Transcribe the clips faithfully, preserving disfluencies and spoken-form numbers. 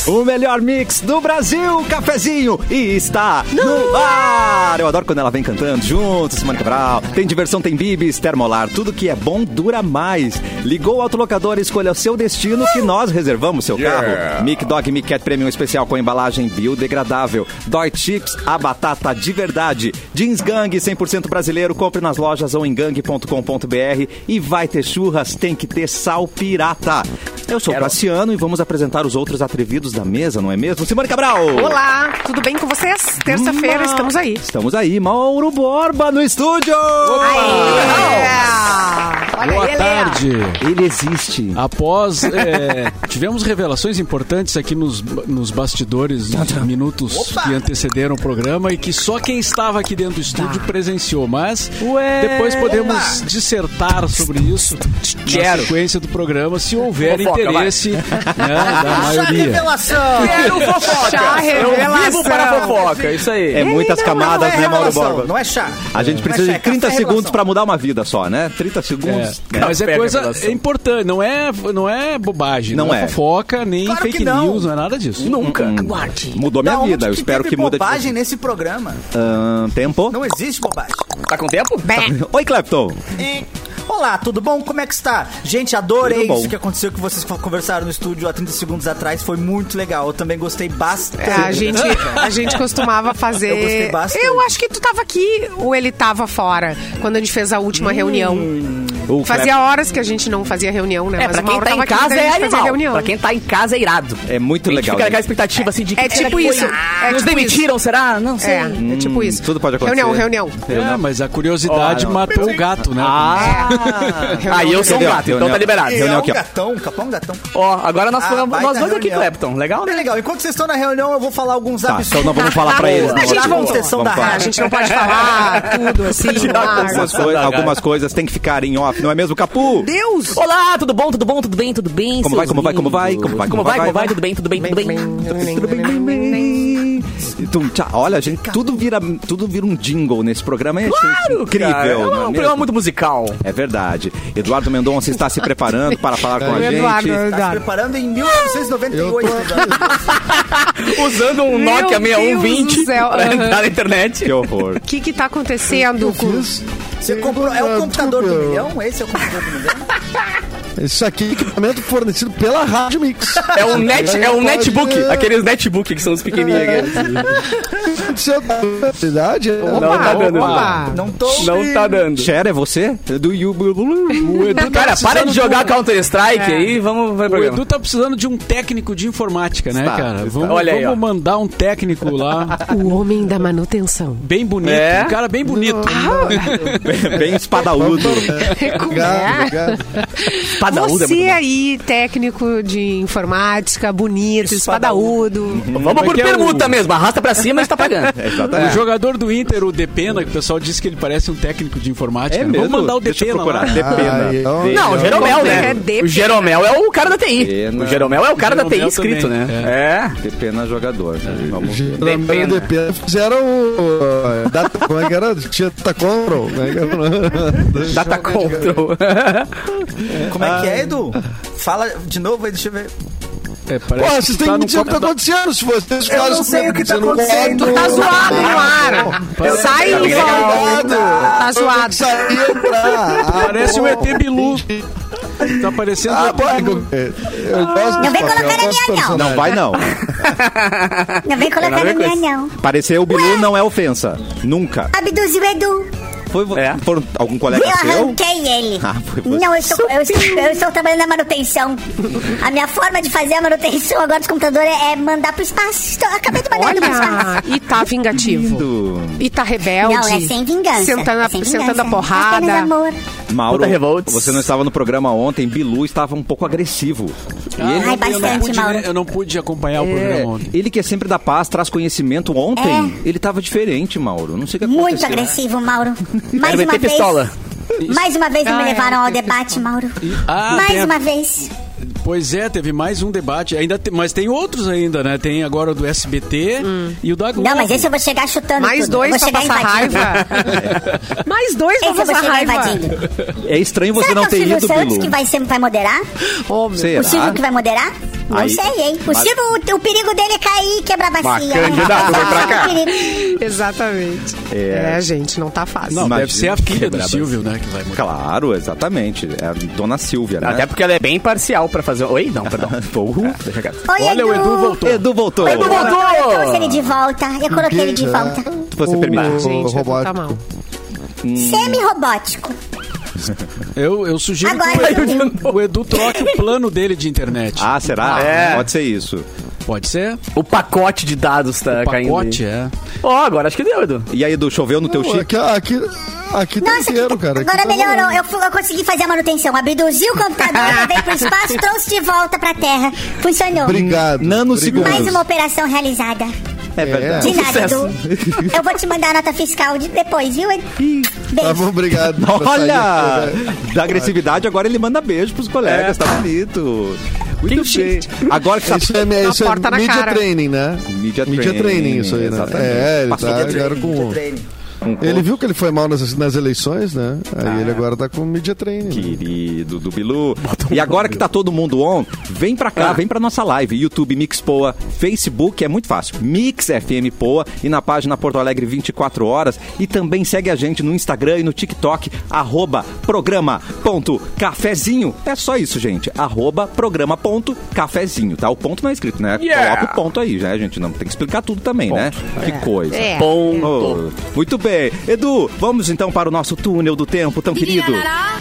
O melhor mix do Brasil, cafezinho, e está no ar. Eu adoro quando ela vem cantando junto, Simone Cabral. Tem diversão, tem bibis, termolar, tudo que é bom dura mais. Ligou o autolocador e escolha o seu destino que nós reservamos seu Yeah. carro. Mic Dog Mic Cat Premium especial com embalagem biodegradável. Dói Chips, a batata de verdade. Jeans Gang cem por cento brasileiro, compre nas lojas ou em gang ponto com ponto b r. E vai ter churras, tem que ter sal pirata. Eu sou o Cassiano e vamos apresentar os outros atrevidos da mesa, não é mesmo? Simone Cabral! Olá, tudo bem com vocês? Terça-feira Ma- estamos aí. Estamos aí, Mauro Borba no estúdio! Olha Boa ele, tarde. Ele existe. Após, é, tivemos revelações importantes aqui nos, nos bastidores, nos minutos Opa. que antecederam o programa e que só quem estava aqui dentro do estúdio presenciou. Mas Ué. depois podemos dissertar sobre isso Quero. na sequência do programa, se houver Fofoca, interesse né, da maioria. Revelação! Quero fofoca. Chá Eu revelação. vivo para fofoca, isso aí. É muitas Não, camadas, não é né, Mauro revelação, Borba? não é chá. A gente Não precisa é chá, de trinta é café segundos revelação. pra mudar uma vida só, né? trinta segundos. É. né? Mas é Pega coisa revelação. é importante, não é, não é bobagem, Não não, é. é fofoca, nem Claro que fake não. news, não é nada disso. Nunca. Aguarde. Mudou minha Da vida, onde eu espero teve que mude. bobagem nesse programa. Ahn, tempo? Não existe bobagem. Tá com tempo? Oi, Clapton. Hein? Olá, tudo bom? Como é que está? Gente, adorei Tudo bom. isso que aconteceu, que vocês conversaram no estúdio há trinta segundos atrás. Foi muito legal. Eu também gostei bastante. É, a, gente, a gente costumava fazer. Eu gostei bastante. Eu acho que tu tava aqui ou ele tava fora quando a gente fez a última reunião. O Fazia horas que a gente não fazia reunião, né? É, Mas pra o quem Mauro tá tava em aqui casa quando a é gente fazia animal. reunião. Pra quem tá em casa é irado. É muito A gente legal. fica naquela gente. expectativa assim de que É será tipo que foi? isso. É Nos tipo demitiram, será? Não sei. É, é tipo isso. tudo pode acontecer. Reunião, reunião. É, mas a curiosidade Oh, não. matou o gato, né? Ah! Ah, e eu sou um Entendeu? gato, então Reunião. tá liberado. É Reunião um aqui, ó. gatão, capão gatão. Ó, agora nós Ah, falamos, baita nós dois aqui, reunião. Clapton. Legal, É né? legal. Enquanto vocês estão na reunião, eu vou falar alguns Tá, absurdos. então não vamos falar pra eles. A não. gente Vamos vamos falar. sessão Vamos da falar. É, a gente não pode falar tudo assim. no ar. Algumas, coi- algumas coisas têm que ficar em off, não é mesmo, Capu? Deus! Olá, tudo bom, tudo bom, tudo bem, tudo bem? Como seus vai, como vai, como vai, lindos? como vai, Como como vai, vai, como vai, vai. tudo bem, tudo bem, tudo bem? Tudo bem, bem, bem. Tum, tchau. Olha, gente, tudo vira, tudo vira um jingle nesse programa. É Claro, incrível, cara. É não é um mesmo? programa muito musical. É verdade. Eduardo Mendonça está se preparando para falar com a O gente. Eduardo, Tá se Eduardo. preparando em mil novecentos e noventa e oito. Usando um Meu Nokia sessenta e um Deus vinte do céu. pra Aham. entrar na internet. Que horror. O que que tá acontecendo com... Você comprou. É o computador do milhão? Esse é o computador do milhão? Isso aqui é equipamento fornecido pela Rádio Mix. É um, net, é um Pode- netbook, aqueles netbook que são os pequenininhos. aqueles. Seu da verdade, Não tá dando. Opa! Não tô. Não tá dando. Cher, é você? Do you... O Edu tá Cara, para precisando de jogar de um- Counter-Strike aí, vamos ver o O programa. Edu tá precisando de um técnico de informática, né, Está, cara? está. Vamos, Olha aí, vamos ó. mandar um técnico lá, O homem da manutenção. bem bonito, É. um cara bem bonito. bem, bem espadaúdo. Como Obrigado, é? obrigado. Espadaúdo é Você muito bom. aí, técnico de informática, bonito, espadaúdo. Vamos por Como é que é permuta o- mesmo, arrasta pra cima e está pagando. É, O exatamente. jogador do Inter, o Depena, que o pessoal disse que ele parece um técnico de informática. É né? Vamos mesmo? mandar o Deixa eu Depena lá. procurar. Depena. Ah, eu- Depena. Não, o Jeromel, Como é né? que é Depena? O Jeromel é o cara da T I. Depena. O Jeromel é o cara da T I Jeromel inscrito, também, né? É. Depena jogador. Né? Vamos ver. Geralmente o D P fizeram o. Data, como é que era? Tinha Data Control. Como é que era? Data Control. Como é que é, Edu? Fala de novo aí, deixa eu ver. É, Pô, parece vocês que têm tá que num dizer o que tá copo da- acontecendo. Se vocês Eu fazem não sei o que tá dizendo acontecendo. modo- Tá zoado no ar. Sai e volta. Tá zoado. Saiu pra... Parece o E T Bilu. Tá parecendo Ah, o E T pô, Bilu. eu gosto Não vem desse colocar papel, na eu gosto minha, do não. personagem. Não vai, não. Não vem colocar nada a na ver com minha, isso. não. Parecer o Bilu não é ofensa. Nunca. Abduziu o Edu. Foi vo- É. por algum colega Eu seu? arranquei ele. Ah, foi você. Não, eu estou, eu, estou, eu estou trabalhando na manutenção. A minha forma de fazer a manutenção agora dos computadores é mandar pro espaço. Estou, acabei de mandar ele pro espaço. Olha, e tá vingativo. Lindo. E tá rebelde. Não, é sem vingança. Sentando, a- é sem sentando a vingança. porrada. Apenas amor. Mauro, Puta revolts. você não estava no programa ontem, Bilu estava um pouco agressivo. E Ah, ele, Ai, eu, não bastante, pude, Mauro. né, eu não pude acompanhar o é, programa ontem. ele que é sempre da paz, traz conhecimento. Ontem, ele estava diferente, Mauro. Não sei o que aconteceu. Muito agressivo, Mauro. Mais Vai uma ter vez. pistola. Mais uma vez não me Ah, levaram é, ao debate, Mauro. Ah, Mais tem a- uma vez. Pois é, teve mais um debate. Ainda tem- mas tem outros ainda, né? Tem agora o do S B T e o da Globo. Não, mas esse eu vou chegar chutando Mais tudo. dois eu vou pra chegar passar invadindo. raiva. Mais dois pra Esse eu vou passar chegar raiva. invadindo. É estranho você Será não que é o ter Silvio ido, Santos Bilu. que vai, ser, vai moderar? Oh, meu. Será? O Silvio que vai moderar? Não Aí- sei, hein? O Silvio, o, o perigo dele é cair e quebrar a bacia. Mas, candidato, vem pra cá. Exatamente. É. gente, não tá fácil. Não, Imagina deve ser a filha do quebrar Silvio, né? Que vai morrer. Claro, exatamente. É a dona Silvia, né? Até porque ela é bem parcial pra fazer... Oi? Não, perdão. Porra. É, deixa quieto. Oi, Olha, o Edu voltou. Edu voltou. Edu voltou! Eu trouxe ele de volta. Eu coloquei ele de volta. Você permite. O Gente, eu vou tá robótico. mal. Semi-robótico. Eu, eu sugiro Agora que o eu- Edu, o Edu troque o plano dele de internet. Ah, será? É. Pode ser isso. Pode ser? O pacote de dados tá O caindo. pacote, é. Ó, agora acho que deu, Edu. E aí, Edu, choveu no teu Pô, chip? Aqui, aqui, aqui tá Nossa, inteiro, que- cara. Aqui agora tá melhorou. rolando. Eu, fui- eu consegui fazer a manutenção. Abduzi o computador, levei pro espaço, trouxe de volta pra terra. Funcionou. Obrigado. Nanosegundos. Mais uma operação realizada. É verdade. De nada, Sucesso. Edu. Eu vou te mandar a nota fiscal de depois, viu? Beijo. Tá bom, obrigado. por sair Olha! aqui, né? Da agressividade, agora ele manda beijo pros colegas, tá bonito. Muito Que bem. Agora que tá Isso é, isso é porta na media cara. training, né? Media Media training, training, isso aí, né? exatamente. É, ele Passou tá de agora com... Treine. um Ele viu que ele foi mal nas, nas eleições, né? Aí ele agora tá com media training. né? Querido do Bilu. E agora que tá todo mundo on, vem pra cá, vem pra nossa live. YouTube Mix Poa, Facebook, é muito fácil. Mix F M Poa e na página Porto Alegre vinte e quatro horas. E também segue a gente no Instagram e no TikTok, arroba programa.cafezinho. É só isso, gente. Arroba programa.cafezinho, tá? O ponto não é escrito, né? Yeah. Coloca o ponto aí, né, gente? Não tem que explicar tudo também, né? Que coisa. É. Ponto. Oh, muito bem. Edu, vamos então para o nosso túnel do tempo tão querido.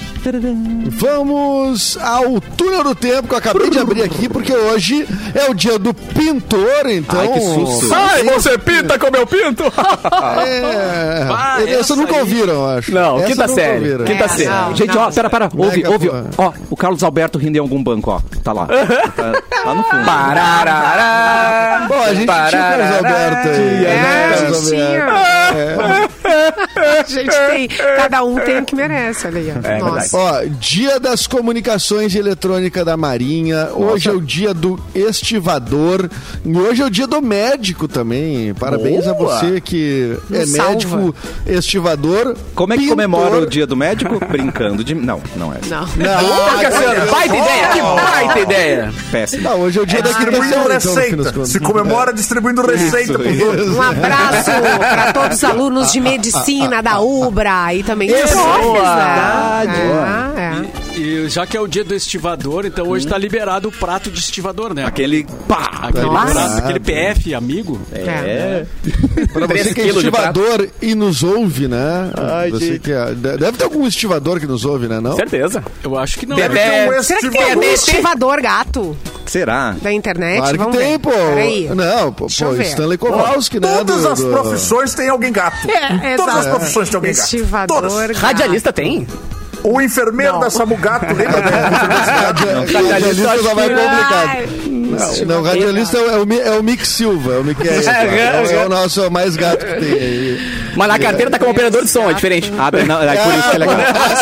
Vamos ao túnel do tempo que eu acabei de abrir aqui, porque hoje é o dia do pintor, então... Ai, que susto. Ai, você pinta como eu pinto? É... Ah, essa essa nunca aí. ouviram, eu acho. Não, Essa quinta nunca série. ouviram. Quinta É, série. não. Gente, ó, pera, pera, ouve, Mega ouve. fã. Ó, o Carlos Alberto rindo em algum banco, ó. Tá lá. Tá lá no fundo. Pararará. Bom, a gente tinha o Carlos Alberto aí. É, né? a Carlos gente Alberto. tinha. A gente tem. Cada um tem o que merece, olha aí. ó. É Nossa. Ó, dia das comunicações e eletrônica da Marinha. Hoje é o dia do estivador. E hoje é o dia do médico também. Parabéns a Boa. você que é Nos salva. médico, estivador. Como é que pintor. comemora o dia do médico? Brincando de... Não, não é. Não. Não, Cassiano, baita ideia, que baita ideia. Péssimo. não, hoje é o dia da quinta Distribuindo série, então, no fim das receita. contas. Se comemora distribuindo receita pros outros. Um abraço para todos os alunos de medicina da UBRA e também de Isso. profs, Verdade. né? É, é. E já que é o dia do estivador, então hoje tá liberado o prato de estivador, né? Aquele... Pá! Aquele, Tá prato, liberado. aquele P F amigo. É. Pra Três você que é quilos de estivador e nos ouve, né? Ai, você gente. que é- deve ter algum estivador que nos ouve, né? Não? Certeza. Eu acho que não. Tem né? até- um Será que tem algum estivador gato Será? da internet? Claro que Vamos tem, ver. pô. Peraí. Não, pô, Deixa pô eu ver. Stanley Kowalski, né? Todas do- as do- profissões têm alguém gato. É, Todas as exato. profissões têm alguém gato. Estivador Todas. gato. Radialista tem? O enfermeiro da Samugato, lembra? Radialista já vai complicado. Ai, Não, não, radialista é o, Mi- é o Mick Silva, é o Mick é, é, é o nosso mais gato que tem aí. Mas na carteira tá como operador de som, é diferente. Ah, não, é por isso que é legal.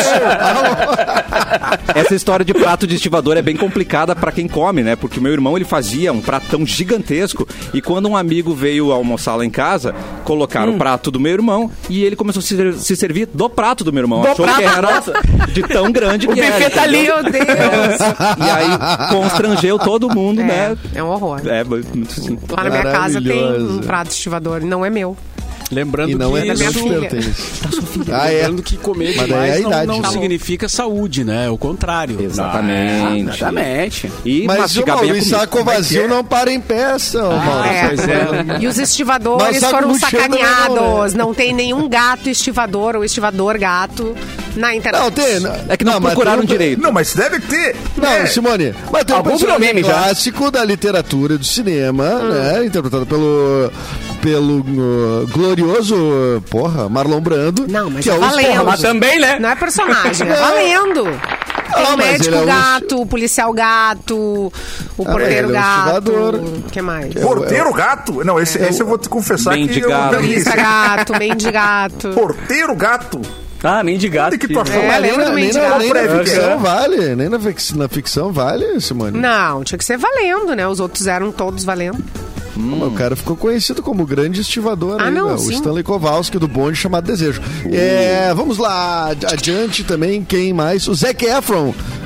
Essa história de prato de estivador é bem complicada pra quem come, né? Porque o meu irmão, ele fazia um pratão gigantesco e quando um amigo veio almoçar lá em casa, colocaram o prato do meu irmão e ele começou a se, ser- se servir do prato do meu irmão. Do Achou prato, que era nossa. de tão grande O que era. buffet tá ali. Meu Deus. E aí constrangeu todo mundo, né? É, é um horror. É, muito assim. Lá na minha casa tem um Maravilhoso. prato estivador, não é meu. Lembrando E não que é da minha isso, filha. Ah, é. lembrando que comer Mas daí é a demais não, idade, não né? significa saúde, né? É o contrário. Exatamente. Exatamente. E Mas o mastigar bem a Maurício, comida. saco vazio não para em peça, ô, Maurício. É. Pois é. E os estivadores Mas saco foram no chão também sacaneados. não, Não tem nenhum gato estivador ou estivador gato na internet. Não, tem. É que não, mas procuraram tem um- direito. Não, mas deve ter. Não, É. Simone, mas tem um Algum personagem virou meme já. clássico da literatura e do cinema, né? Interpretado pelo, pelo uh, glorioso, uh, porra, Marlon Brando. Não, mas que é é o valendo. Esparro. Mas também, né? Não é personagem, é Não. valendo. Tem Ah, o mas médico ele é um gato, o policial gato, o mas porteiro ele é um gato. estivador. O que mais? Porteiro gato? Não, esse, esse eu vou te confessar que eu Mendigato. não vi. Polícia gato, mendigato. Porteiro gato? Ah, mendigado. Onde que tu achou? É, Mas nem, lembra na, do nem, na, mendigo? nem na Prévio, ficção é. vale. Nem na, fix- na ficção vale, Simone. Não, tinha que ser valendo, né? Os outros eram todos valendo. Hum. O cara ficou conhecido como o grande estivador, Ah, aí, não, né? O sim. Stanley Kowalski do bonde chamado Desejo. É, vamos lá, adiante também, quem mais? O Zac Efron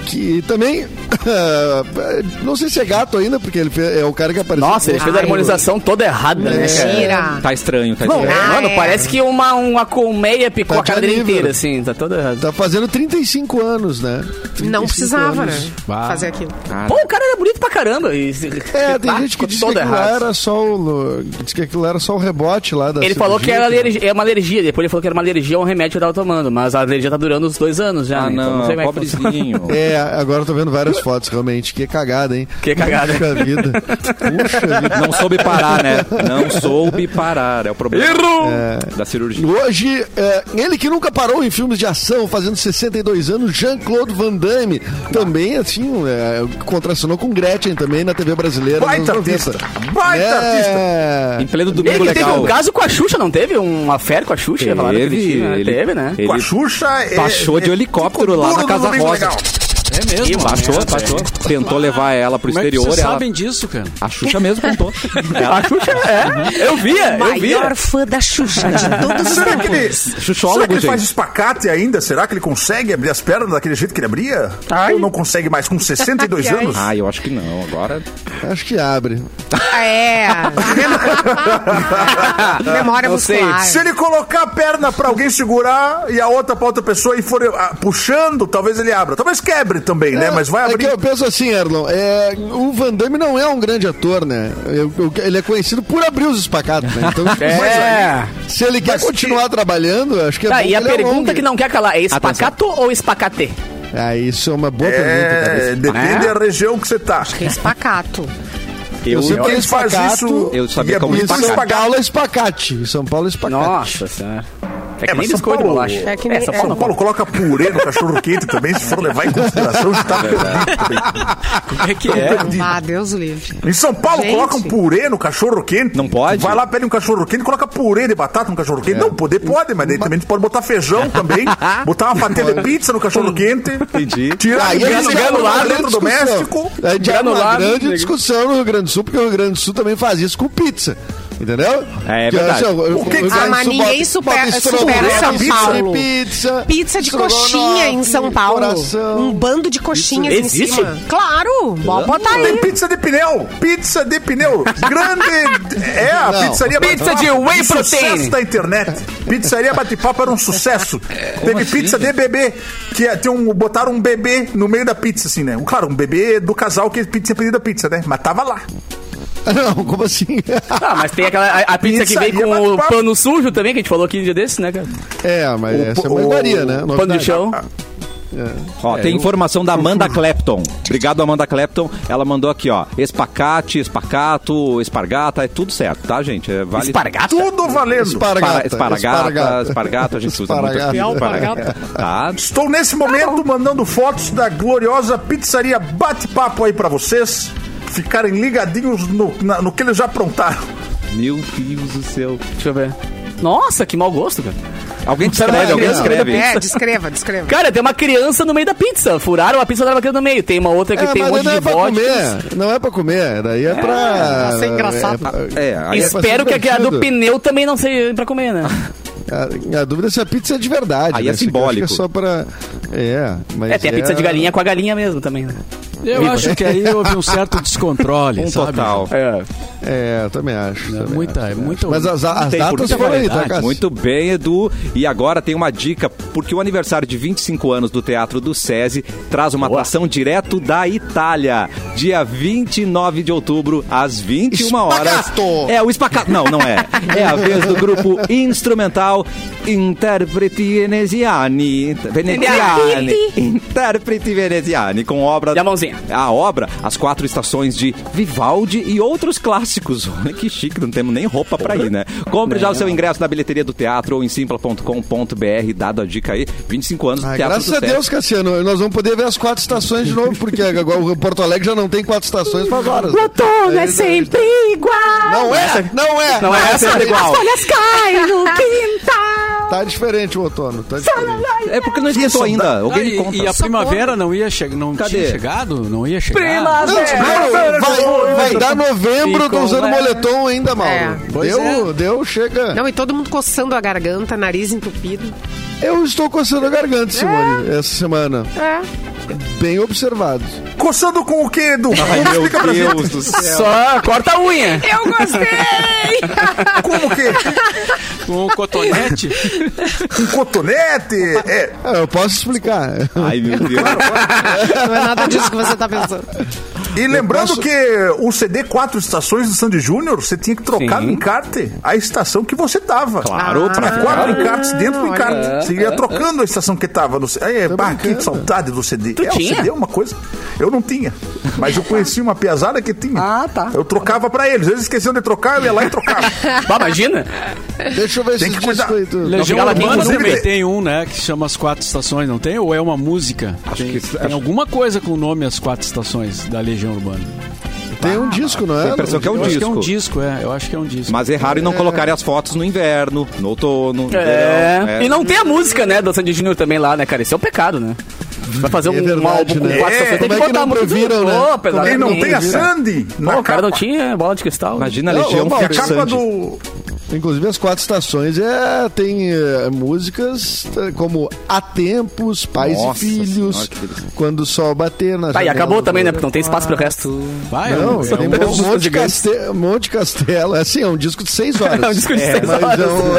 que também, não sei se é gato ainda, porque ele fez- é o cara que apareceu. Nossa, ele fez a Ai, harmonização toda errada, né, cara? Mentira. Tá estranho, tá Bom, estranho. Ah, mano, é. parece que uma, uma colmeia picou Tá a cadeira de nível. inteira, assim. Tá toda errada. Tá fazendo trinta e cinco anos, né? trinta e Não cinco precisava, anos. né? Bah. Fazer aquilo. Pô, o cara era bonito pra caramba. E... É, tem Ah, gente que ficou diz que todo aquilo lá errado. era só o. Diz que aquilo era só o rebote lá da Ele falou que cirurgia, era alergia, é uma alergia. Depois ele falou que era uma alergia a um remédio que eu tava tomando. Mas a alergia tá durando uns dois anos já. Ah, né? Então não, sei como é que funciona. pobrezinho. É, agora eu tô vendo várias fotos, realmente. Que cagada, hein? Que cagada. Puxa vida. Puxa vida. Não soube parar, né? Não soube parar. É o problema Erro! da cirurgia. Hoje, é, ele que nunca parou em filmes de ação, fazendo sessenta e dois anos, Jean-Claude Van Damme. Também, assim, é, contracionou com Gretchen também na T V brasileira. nos Baita anos artista. noventa. Baita artista. É. Em pleno Ele domingo que teve legal. um caso com a Xuxa, não teve? Um affair com a Xuxa? Teve, Falaram naquele dia, né? ele- Teve, né? ele Com a Xuxa... é- baixou de é- helicóptero ficou lá duro na no Casa domingo Rosa. legal. É mesmo? Ih, Baixou, merda, baixou. Tentou levar ela pro Como é que exterior. vocês ela... sabem disso, cara? A Xuxa mesmo contou. A Xuxa, é. Eu via, eu via. Maior fã da Xuxa de todos os Será que ele, tempos. Xuxólogo, será que ele gente. faz espacate ainda? Será que ele consegue abrir as pernas daquele jeito que ele abria? Ai. Ou não consegue mais com sessenta e dois Ai. anos? Ah, eu acho que não. Agora. Acho que abre. É. Memória Não sei. muscular. Se ele colocar a perna pra alguém segurar e a outra pra outra pessoa e for ah, puxando, talvez ele abra. Talvez quebre também, né? Mas vai É abrir. que eu penso assim, Erlon, é, o Van Damme não é um grande ator, né? Eu- eu- ele é conhecido por abrir os espacatos, né? Então, É. se ele quer Mas continuar trabalhando, acho que é Tá, bom e a que ele pergunta alongue. que não quer calar, é espacato ou espacate? Ah, isso é uma boa pergunta, cara. É, depende É? da região que você tá. Que espacato. Eu, sei que Quem é faz espacato, isso... eu sabia e é como bonito Em São espacate. Paulo é espacate. Em São Paulo é espacate. Nossa senhora. É que É, nem mas São biscoito de Paulo- bolacha. É que nem- São é. Paulo São Paulo coloca purê no cachorro quente também, se for levar em consideração, já tá perdido. Como é que é? Ah, Deus o livre. Em São Paulo, Gente. coloca um purê no cachorro quente. Não pode? Vai lá, pede um cachorro quente e coloca purê de batata no cachorro quente. Não, poder pode, mas daí também a gente pode botar feijão também. Botar uma fatia de pizza no cachorro quente. Entendi. Tirar Aí o eles grano ganham lá dentro do doméstico. A gente já uma Granulado, grande nego. discussão no Rio Grande do Sul, porque o Rio Grande do Sul também faz isso com pizza. Entendeu? É, é Que, verdade. assim, o- o Rio Grande do Ah, Sul mas bota- ninguém supera- bota supera estrogonofe, São pizza Paulo. de Pizza, Pizza de estrogonofe, coxinha em São Paulo. coração. Um bando de coxinhas em Existe? cima. Claro, bom botar Tem aí. pizza de pneu. Pizza de pneu. Grande. É, a Não. pizzaria Pizza Bate-Papo, de whey um sucesso protein. da internet. Pizzaria Bate-Papo era um sucesso. Teve assim, pizza de bebê. Que é, tem um, botaram um bebê no meio da pizza, assim, né? Claro, um bebê do casal que tinha pedido a pizza, né? Mas tava lá. Não, como assim? Ah, mas tem aquela a, a pizza que vem Pizzaria com o Bate-Papo. pano sujo também, que a gente falou aqui um dia desses, né, cara? É, mas essa é o- uma iguaria, né? Pano de Novidade. chão. Ó, tem informação da Amanda Clapton. Obrigado, Amanda Clapton. Ela mandou aqui, ó. Espacate, espargato, espargata, é tudo certo, tá, gente? É, vale... Espargata? Tudo valendo. Espara- Espargata. Esparagata, espargata, a gente usa muito aqui. Esparagata. Tá. Estou nesse momento mandando fotos da gloriosa pizzaria Bate-Papo aí pra vocês ficarem ligadinhos no, na- no que eles já aprontaram. Meu Deus do céu. Deixa eu ver. Nossa, que mau gosto, cara. Alguém descreve, Não, alguém não. descreve. É, descreva, descreva. Cara, tem uma criança no meio da pizza. Furaram a pizza da criança no meio. Tem uma outra que É, tem um mas monte não de é pra vodka. comer. Não é pra comer. Daí é pra... pra ser engraçado. É, pra- É, aí é- Espero que a divertido. do pneu também não seja pra comer, né? A, a dúvida é se a pizza é de verdade. Aí né? é Isso aqui eu acho que simbólico. É só pra... É, mas É, tem a pizza de galinha com a galinha mesmo também, né? Eu acho que aí houve um certo descontrole, um sabe? total. É. É, eu também acho. É também muita, acho. é muito... Mas as, as tem datas porquê. foram aí, tá, Variedade. Cássio? Muito bem, Edu. E agora tem uma dica, porque o aniversário de vinte e cinco anos do Teatro do SESI traz uma Boa. atração direto da Itália. Dia vinte e nove de outubro, às vinte e uma horas. Spaccato! É, o Spaccato. Não, não é. É a vez do grupo instrumental Interpreti Veneziani. Veneziani. Interpreti Veneziani, com obra... E a mãozinha. A obra, as quatro estações de Vivaldi e outros clássicos. Olha que chique, não temos nem roupa pra ir, né? Compre já o seu ingresso na bilheteria do teatro ou em simpla ponto com ponto b r, dado a dica aí, vinte e cinco anos do Ah, Teatro graças do a SESI. Deus, Cassiano, nós vamos poder ver as quatro estações de novo, porque agora o Porto Alegre já não tem quatro estações faz horas. O outono é sempre igual. Não é, não é. Não é essa, é igual. As folhas caem no quintal. Tá diferente o outono, tá diferente. É porque não esquentou ainda. Ah, Alguém me e, conta. e a primavera não ia chegar, não Cadê? tinha chegado? Não ia chegar? Não, não, vai, vai dar novembro, tô usando moletom ainda, Mauro. É. Pois Deu, é. deu, chega. Não, e todo mundo coçando a garganta, nariz entupido. Eu estou coçando a garganta, Simone, é. essa semana. É. Bem observado. Coçando com o quê, Edu? Ai, meu Deus do céu. Só corta a unha. Eu gostei! Com o quê? Com um cotonete. Com cotonete? É. Ah, eu posso explicar. Ai, meu Deus. Não é nada disso que você tá pensando. E lembrando posso- que o C D Quatro Estações do Sandy Júnior, você tinha que trocar Sim. no encarte a estação que você tava. Claro, Para pra quatro encartes dentro do olha. encarte. Você ia trocando a estação que tava no C D. Aí, bah, que saudade do C D. Tu é, tinha? o C D é uma coisa. Eu não tinha. Mas eu conheci uma piazada que tinha. Ah, tá. Eu trocava pra eles. Eles esqueciam de trocar, eu ia lá e trocava. Bah, imagina. Deixa eu ver Tem se que cuidar. aí. Tu... Legião chegava aqui, Urbana inclusive. também tem um, né? Que se chama As Quatro Estações, não tem? Ou é uma música? Tem, que- tem acho- alguma coisa com o nome As Quatro Estações da Legião Urbana. Tem um disco, não é? Tem a impressão que é um eu acho que é um disco. disco, é. Eu acho que é um disco. Mas erraram em não colocarem as fotos no inverno, no outono, no É. verão. É. E não tem a música, né, do Sandy Júnior também lá, né, cara? Isso é um pecado, né? Vai fazer um, É verdade, um álbum com né? quatro É, estações, tem como que é que botar a não música. previram, né? Opa, E não tem a exatamente. Sandy na Pô, o cara capa. não tinha bola de cristal. Imagina a Não, Legião ô, E a Fiat capa Sandy. do... Inclusive, as quatro estações é, tem é, músicas é, como Há Tempos, Pais Nossa e Filhos, Senhora, que delícia. Quando o Sol Bater na Tá, e janela acabou do também, né? porão. Porque não tem espaço pro resto. Vai, é Não, um- tem é um- um, músicas monte, de gigantes. caste... um monte de castelo. É assim, é um disco de seis horas. É um disco de seis mas horas.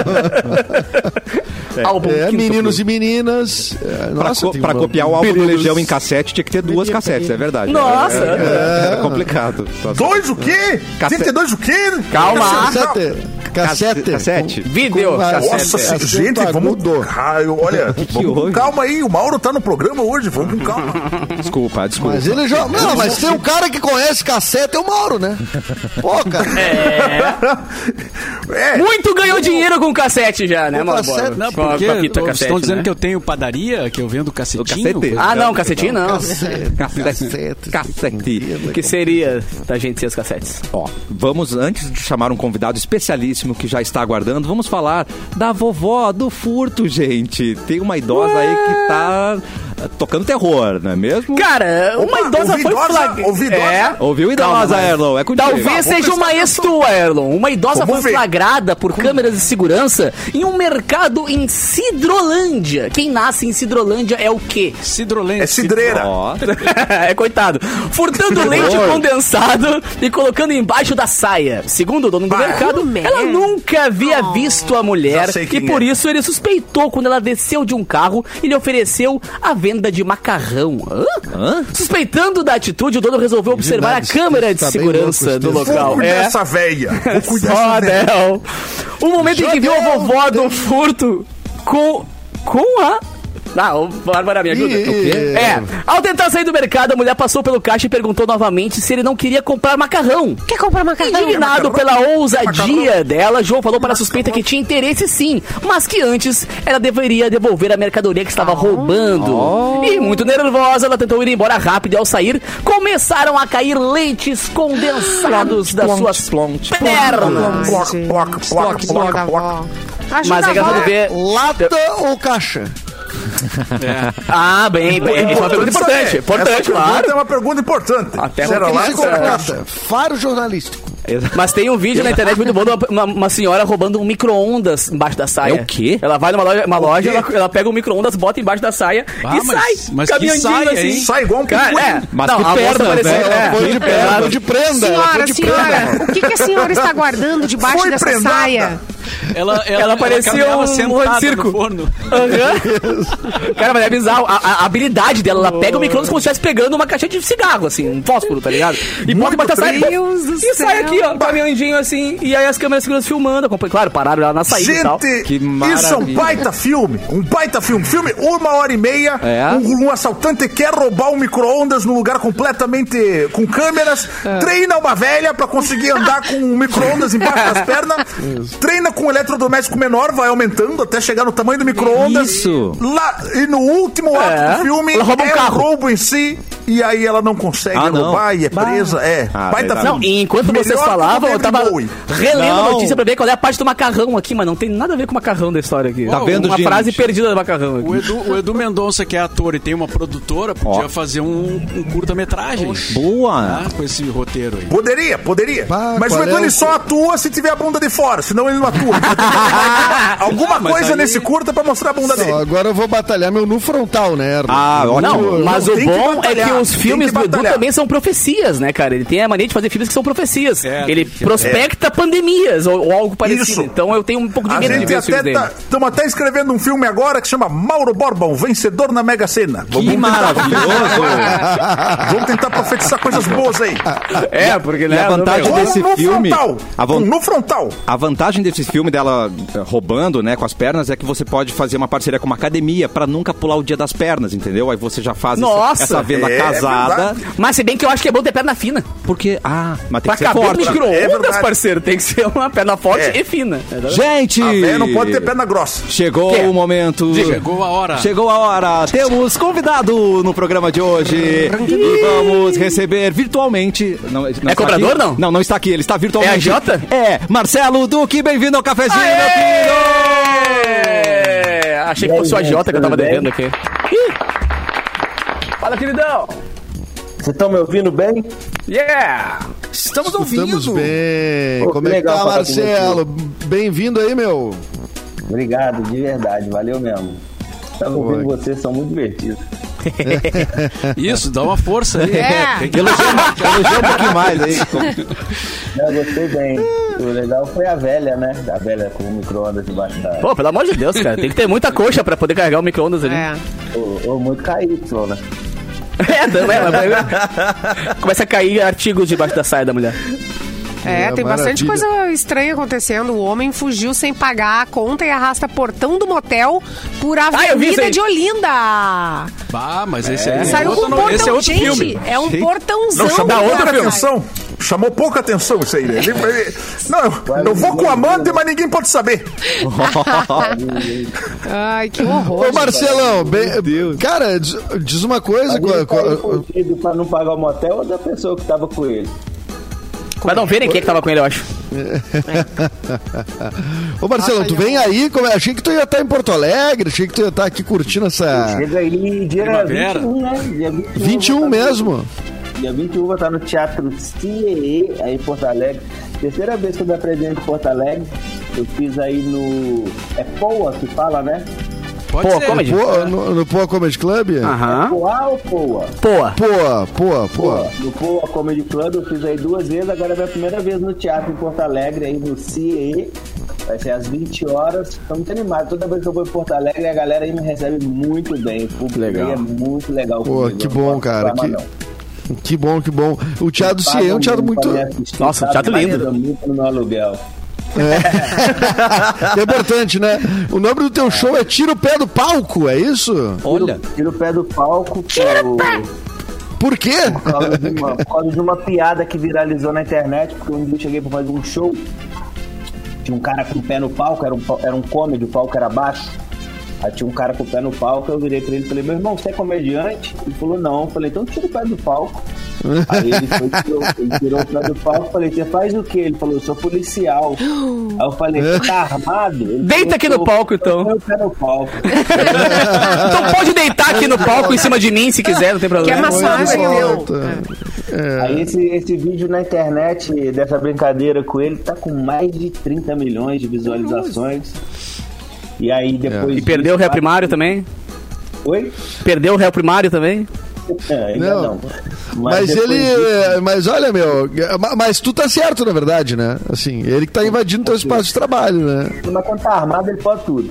É, um- Álbum é, quinto meninos pro- e meninas. É, Pra, nossa, co- tem pra uma- copiar o álbum do Meninos. Legião em cassete, tinha que ter duas cassetes, é verdade. Nossa. Era, era- era complicado. Dois o quê? Cacete. trinta e dois o quê? Calma. Cassete. Cassete. Cassete. Com- Vídeo, com- cassete. Nossa, Acento se- gente, vamos... agudo. Ah, eu- olha, vamos com houve? calma aí. O Mauro tá no programa hoje, vamos com calma. Desculpa, desculpa. Mas ele já. Não, mas tem um cara que conhece cassete, é o Mauro, né? Pô, cara. É, Muito ganhou dinheiro com cassete já, né, Com mano? cassete. Não, Com a- porque com a fita estão cassete, dizendo né? que eu tenho padaria, que eu vendo cacetinho. cacete? Ah, não, cacetinho não. Cassete. Cassete. Cassete. O que seria da gente ser os cassetes? Ó, vamos, antes de chamar um convidado especialíssimo que já está aguardando, vamos falar da vovó do furto, gente. Tem uma idosa aí que tá eh, tocando terror, não é mesmo? Cara, uma Opa, idosa ouvi foi idosa, flagrada. ouvi idosa. É. Ouviu, idosa, Calma, mas- Erlon? É contigo. Talvez Vou seja uma prestar ex tua, Erlon. Uma idosa Vamos foi ver. flagrada por câmeras de segurança em um mercado em Cidrolândia. Quem nasce em Cidrolândia é o quê? Cidrolente. é cidreira. Ó, É, coitado. Furtando leite condensado e colocando embaixo da saia. Segundo o dono do Ah, mercado, como é? ela nunca havia visto a mulher Já sei e quem por é. isso ele suspeitou quando ela desceu de um carro e lhe ofereceu a venda de macarrão. Hã? Hã? Suspeitando da atitude, o dono resolveu observar a Verdade, câmera de tá bem segurança louco, do Steve. Vou local. cuidar É. dessa véia. Vou cuidar Só dessa véia. Del. O momento em que viu a Jodel, vovó do tem- furto com, com a... Ah, ô, Bárbara, me ajuda. Ih, O quê? É, ao tentar sair do mercado, a mulher passou pelo caixa e perguntou novamente se ele não queria comprar macarrão. Quer comprar macarrão? Indignado pela ousadia dela, João falou para a suspeita que tinha interesse sim, mas que antes ela deveria devolver a mercadoria que estava roubando. E muito nervosa, ela tentou ir embora rápido e ao sair, começaram a cair leites condensados das suas pernas. Ploc, ploc, ploc, ploc, ploc. Mas é engraçado ver... Lata ou caixa? Ah, bem, bem. Isso é uma pergunta importante. Importante, Essa pergunta claro. é uma pergunta importante. Até Será porque lá Você isso com é- contrata. Faro jornalístico. Mas tem um vídeo na internet muito bom de uma, uma- uma senhora roubando um micro-ondas embaixo da saia. É o quê? Ela vai numa loja, uma loja quê? ela, ela pega um micro-ondas, bota embaixo da saia Ah, e mas- sai. mas que caminhandinho saia, assim. hein? Sai igual um Cara, pinguim. é. Mas não, que a moça pernas, parecia- né? é, Foi de é, prenda, ela- foi de prenda. ela foi Senhora, de senhora, prenda. o que, que a senhora está guardando debaixo Foi dessa prendada. saia? Ela, ela, Ela parecia caminhava um sentada morro de circo. no forno. Aham. Cara, mas é bizarro. A, a- a habilidade dela, ela pega o micro-ondas como se estivesse pegando uma caixinha de cigarro, assim, um fósforo, tá ligado? E bota embaixo da saia. Deus do E sai céu. aqui, ó, caminhandinho assim. E aí as câmeras de segurança filmando. acompanha- Claro, pararam ela na saída e tal. Gente, Que isso é um maravilha. baita filme. Um baita filme. Filme, uma hora e meia. É? Um, um assaltante quer roubar um micro-ondas num lugar completamente com câmeras. Treina uma velha pra conseguir andar com um micro-ondas embaixo das pernas. Treina com um eletrodoméstico menor, vai aumentando até chegar no tamanho do micro-ondas. Isso. Lá, e no último É. ato do filme, Ela rouba um é carro. o roubo em si. e aí ela não consegue Ah, não. roubar e é Bah. presa. É, Ah, baita verdade. Não, filme. e enquanto vocês Melhor falavam, que o eu tava David Bowie. relendo Não. a notícia pra ver qual é a parte do macarrão aqui, mas não tem nada a ver com o macarrão da história aqui. Tá vendo, Uma gente? frase perdida do macarrão aqui. O Edu, o Edu Mendonça, que é ator e tem uma produtora, podia Ó. fazer um, um curta-metragem. Boa. Tá? Com esse roteiro aí. Poderia, poderia. Bah, Mas o qual Edu é ele o- só atua se tiver a bunda de fora, senão ele não atua. Alguma mas coisa aí- nesse curta pra mostrar a bunda dele. Não, agora eu vou batalhar meu nu frontal, né, Erlon? Ah, ótimo. Não, mas Não, o tem que bom é batalhar, que os tem filmes que do Edu batalhar. também são profecias, né, cara? Ele tem a mania de fazer filmes que são profecias. É, Ele tem que- prospecta pandemias ou, ou algo parecido. Isso. Então eu tenho um pouco de A medo de gente ver os filmes até dele. tá, estamos até escrevendo um filme agora que chama Mauro Borba, o vencedor na Mega Sena. Que maravilhoso. Vamos tentar profetizar coisas boas aí. É, porque E né, a vantagem meu, desse no filme- frontal. a von- No frontal. A vantagem desse filme dela eh, roubando, né, com as pernas, é que você pode fazer uma parceria com uma academia pra nunca pular o dia das pernas, entendeu? Aí você já faz essa- Nossa! essa venda É, é casada. verdade. Mas se bem que eu acho que é bom ter perna fina. Porque, ah, mas tem Pra que ser caber no forte. É micro-ondas, verdade. parceiro, tem que ser uma perna forte É. e fina. Gente! A véia não pode ter perna grossa. Chegou Quê? o momento. Chegou a hora. Chegou a hora. Temos convidado no programa de hoje. E vamos receber virtualmente. Não, não está cobrador, aqui? não? Não, não está aqui. Ele está virtualmente. É a Jota? É. Marcelo Duque, bem-vindo ao cafezinho, meu querido. É, achei que fosse o agiota que eu tava devendo aqui. Ih! Fala, queridão! Vocês estão me ouvindo bem? Yeah! Estamos ouvindo. Estamos bem. Pô, Como que é que legal tá, falar com Marcelo? Bem-vindo aí, meu. Obrigado, de verdade, valeu mesmo. Tava ouvindo vocês, são muito divertidos. Isso, dá uma força aí. É. Tem que Elogia elogia um pouquinho mais aí. Eu gostei bem. O legal foi a velha, né? A velha com o micro-ondas debaixo da... Pô, pelo amor de Deus, cara. Tem que ter muita coxa pra poder carregar o micro-ondas ali. É. Ou, ou muito K Y, né? É, também. mas- Começa a cair artigos debaixo da saia da mulher. É, É, tem bastante maravilha. coisa estranha acontecendo. O homem fugiu sem pagar a conta e arrasta portão do motel por Ah, eu vi isso Avenida aí. de Olinda. Bah, mas esse aí Saiu outro com um não- portão, esse é outro gente, filme. é um portãozão. Não, chamou Dá outro pouca filme. atenção. Chamou pouca atenção isso aí. Ele, ele- não, eu, eu vou com amante, mas ninguém pode saber. Ai, que horror. Ô, Marcelão, bem, cara, diz, diz uma coisa. Mas ele co- saiu co- fugido pra não pagar o motel ou da pessoa que tava com ele? Pra não verem quem é que tava com ele, eu acho. Ô, Marcelão, Nossa, tu vem aí, como é? Achei que tu ia estar em Porto Alegre, achei que tu ia estar aqui curtindo essa. Chega aí dia Primavera. vinte e um, né? Dia vinte e um, vinte e um vou tá no- mesmo. Dia vinte e um vou estar no Teatro C E E, aí em Porto Alegre. Terceira vez que eu me apresento em Porto Alegre. Eu fiz aí no... É Poa que fala, né? Pode Pô, ser. comedy. Pô, no, no Poa Comedy Club? Aham. Poa ou Poa? Poa. Poa, Poa, Poa. No Poa Comedy Club eu fiz aí duas vezes, agora é a minha primeira vez no teatro em Porto Alegre, aí no C E E. Vai ser às vinte horas. Estou muito animado. Toda vez que eu vou em Porto Alegre, a galera aí me recebe muito bem. O público Legal. aí é muito legal. Pô, comigo. que Eu não bom, posso cara, reclamar, que- não. Que bom, que bom. O Teatro C E E é um teatro Pagam muito. pra me assistir, Nossa, sabe? teatro lindo. Mas eu muito no meu aluguel. É importante, né? O nome do teu show é Tira o Pé do Palco, é isso? Olha. Tira o pé do palco. Tira o pé! Por quê? Por causa, de uma, por causa de uma piada que viralizou na internet, porque um dia eu cheguei pra fazer um show, tinha um cara com o pé no palco, era um, pa- era um comedy, o palco era baixo. Aí tinha um cara com o pé no palco, eu virei pra ele e falei, meu irmão, você é comediante? Ele falou, não. Eu falei, então tira o pé do palco. Aí ele, foi, tirou, ele tirou o pé do palco, eu falei, você faz o quê? Ele falou, eu sou policial. Aí eu falei, você tá armado? Ele Deita falou, aqui no "Eu- palco, eu então." ponho o pé no palco. Então pode deitar aqui no palco em cima de mim se quiser, não tem Que é problema. massagem, Não meu. importa. Aí esse, esse vídeo na internet dessa brincadeira com ele tá com mais de trinta milhões de visualizações. E aí depois. E perdeu o réu primário também? Oi? Perdeu o réu primário também? É, ainda Não. não. Mas, depois ele. disso- Mas olha, meu. ma- Mas tu tá certo, na verdade, né? Assim, ele que tá invadindo teu espaço de trabalho, né? Mas quando tá armado, ele pode tudo.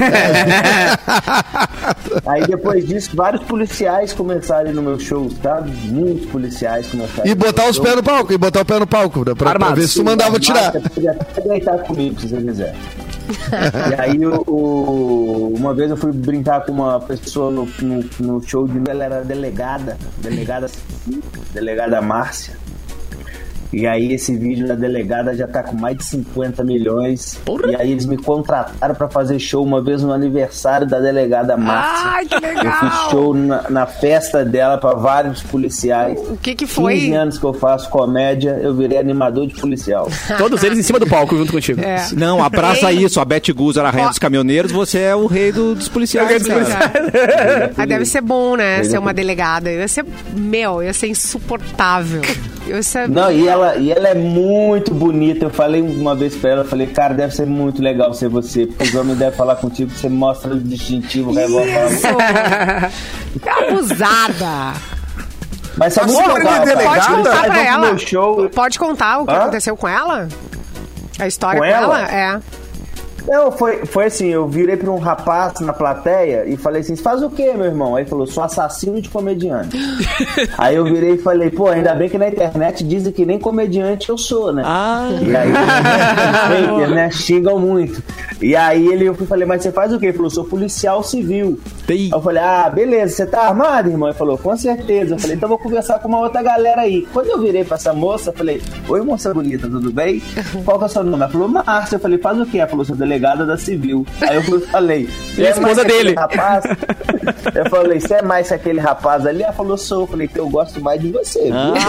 Aí depois disso, vários policiais começaram a ir no meu show, tá? Muitos policiais começaram. E botar os pés no palco, e botar o pé no palco, né? Pra, pra Armados. ver se tu mandava tirar. Você podia até deitar comigo se você quiser. E aí, o, o- uma vez eu fui brincar com uma pessoa no, no, no show de. Ela era delegada, delegada, delegada Márcia. E aí esse vídeo da delegada já tá com mais de cinquenta milhões. Porra. E aí eles me contrataram pra fazer show uma vez no aniversário da delegada Márcia. Ai, que legal! Eu fiz show na, na festa dela pra vários policiais. O que que foi? quinze anos que eu faço comédia, eu virei animador de policial. Todos eles em cima do palco junto contigo. É. Não, abraça Ei. isso. A Beth Guz era a rainha dos caminhoneiros, você é o rei do- dos policiais. cara. Ah, deve ser bom, né? Ser uma delegada. Ia ser, meu, ia ser insuportável. Ia ser... Não, e ela, e ela é muito bonita. Eu falei uma vez pra ela, eu falei, cara, deve ser muito legal ser você, porque os homens devem falar contigo, você mostra o distintivo, o revólver. Isso! Que abusada! Mas é muito Porra, legal, que cara. delegada? Pode contar Aí pra vamos pro ela. meu show. Pode contar o que Hã? aconteceu com ela? A história Com com, ela? ela? É. Não, foi, foi assim, eu virei pra um rapaz na plateia e falei assim, faz o quê, meu irmão? Aí ele falou, sou assassino de comediante. Aí eu virei e falei, pô, ainda bem que na internet dizem que nem comediante eu sou, né? Ah. E aí, haters, né, xingam muito. E aí ele, eu falei, mas você faz o quê? Ele falou, sou policial civil. Tem. Aí eu falei, ah, beleza, você tá armado, irmão? Ele falou, com certeza. Eu falei, então vou conversar com uma outra galera aí. Quando eu virei pra essa moça, eu falei, oi, moça bonita, tudo bem? Qual que é o seu nome? Ela falou, Márcia. Eu falei, faz o quê? Ela falou, sou delegada da civil. Aí eu falei, você E a é mais esposa que aquele dele. rapaz? Eu falei, você é mais que aquele rapaz ali? Ela falou, sou. Eu falei, então eu gosto mais de você.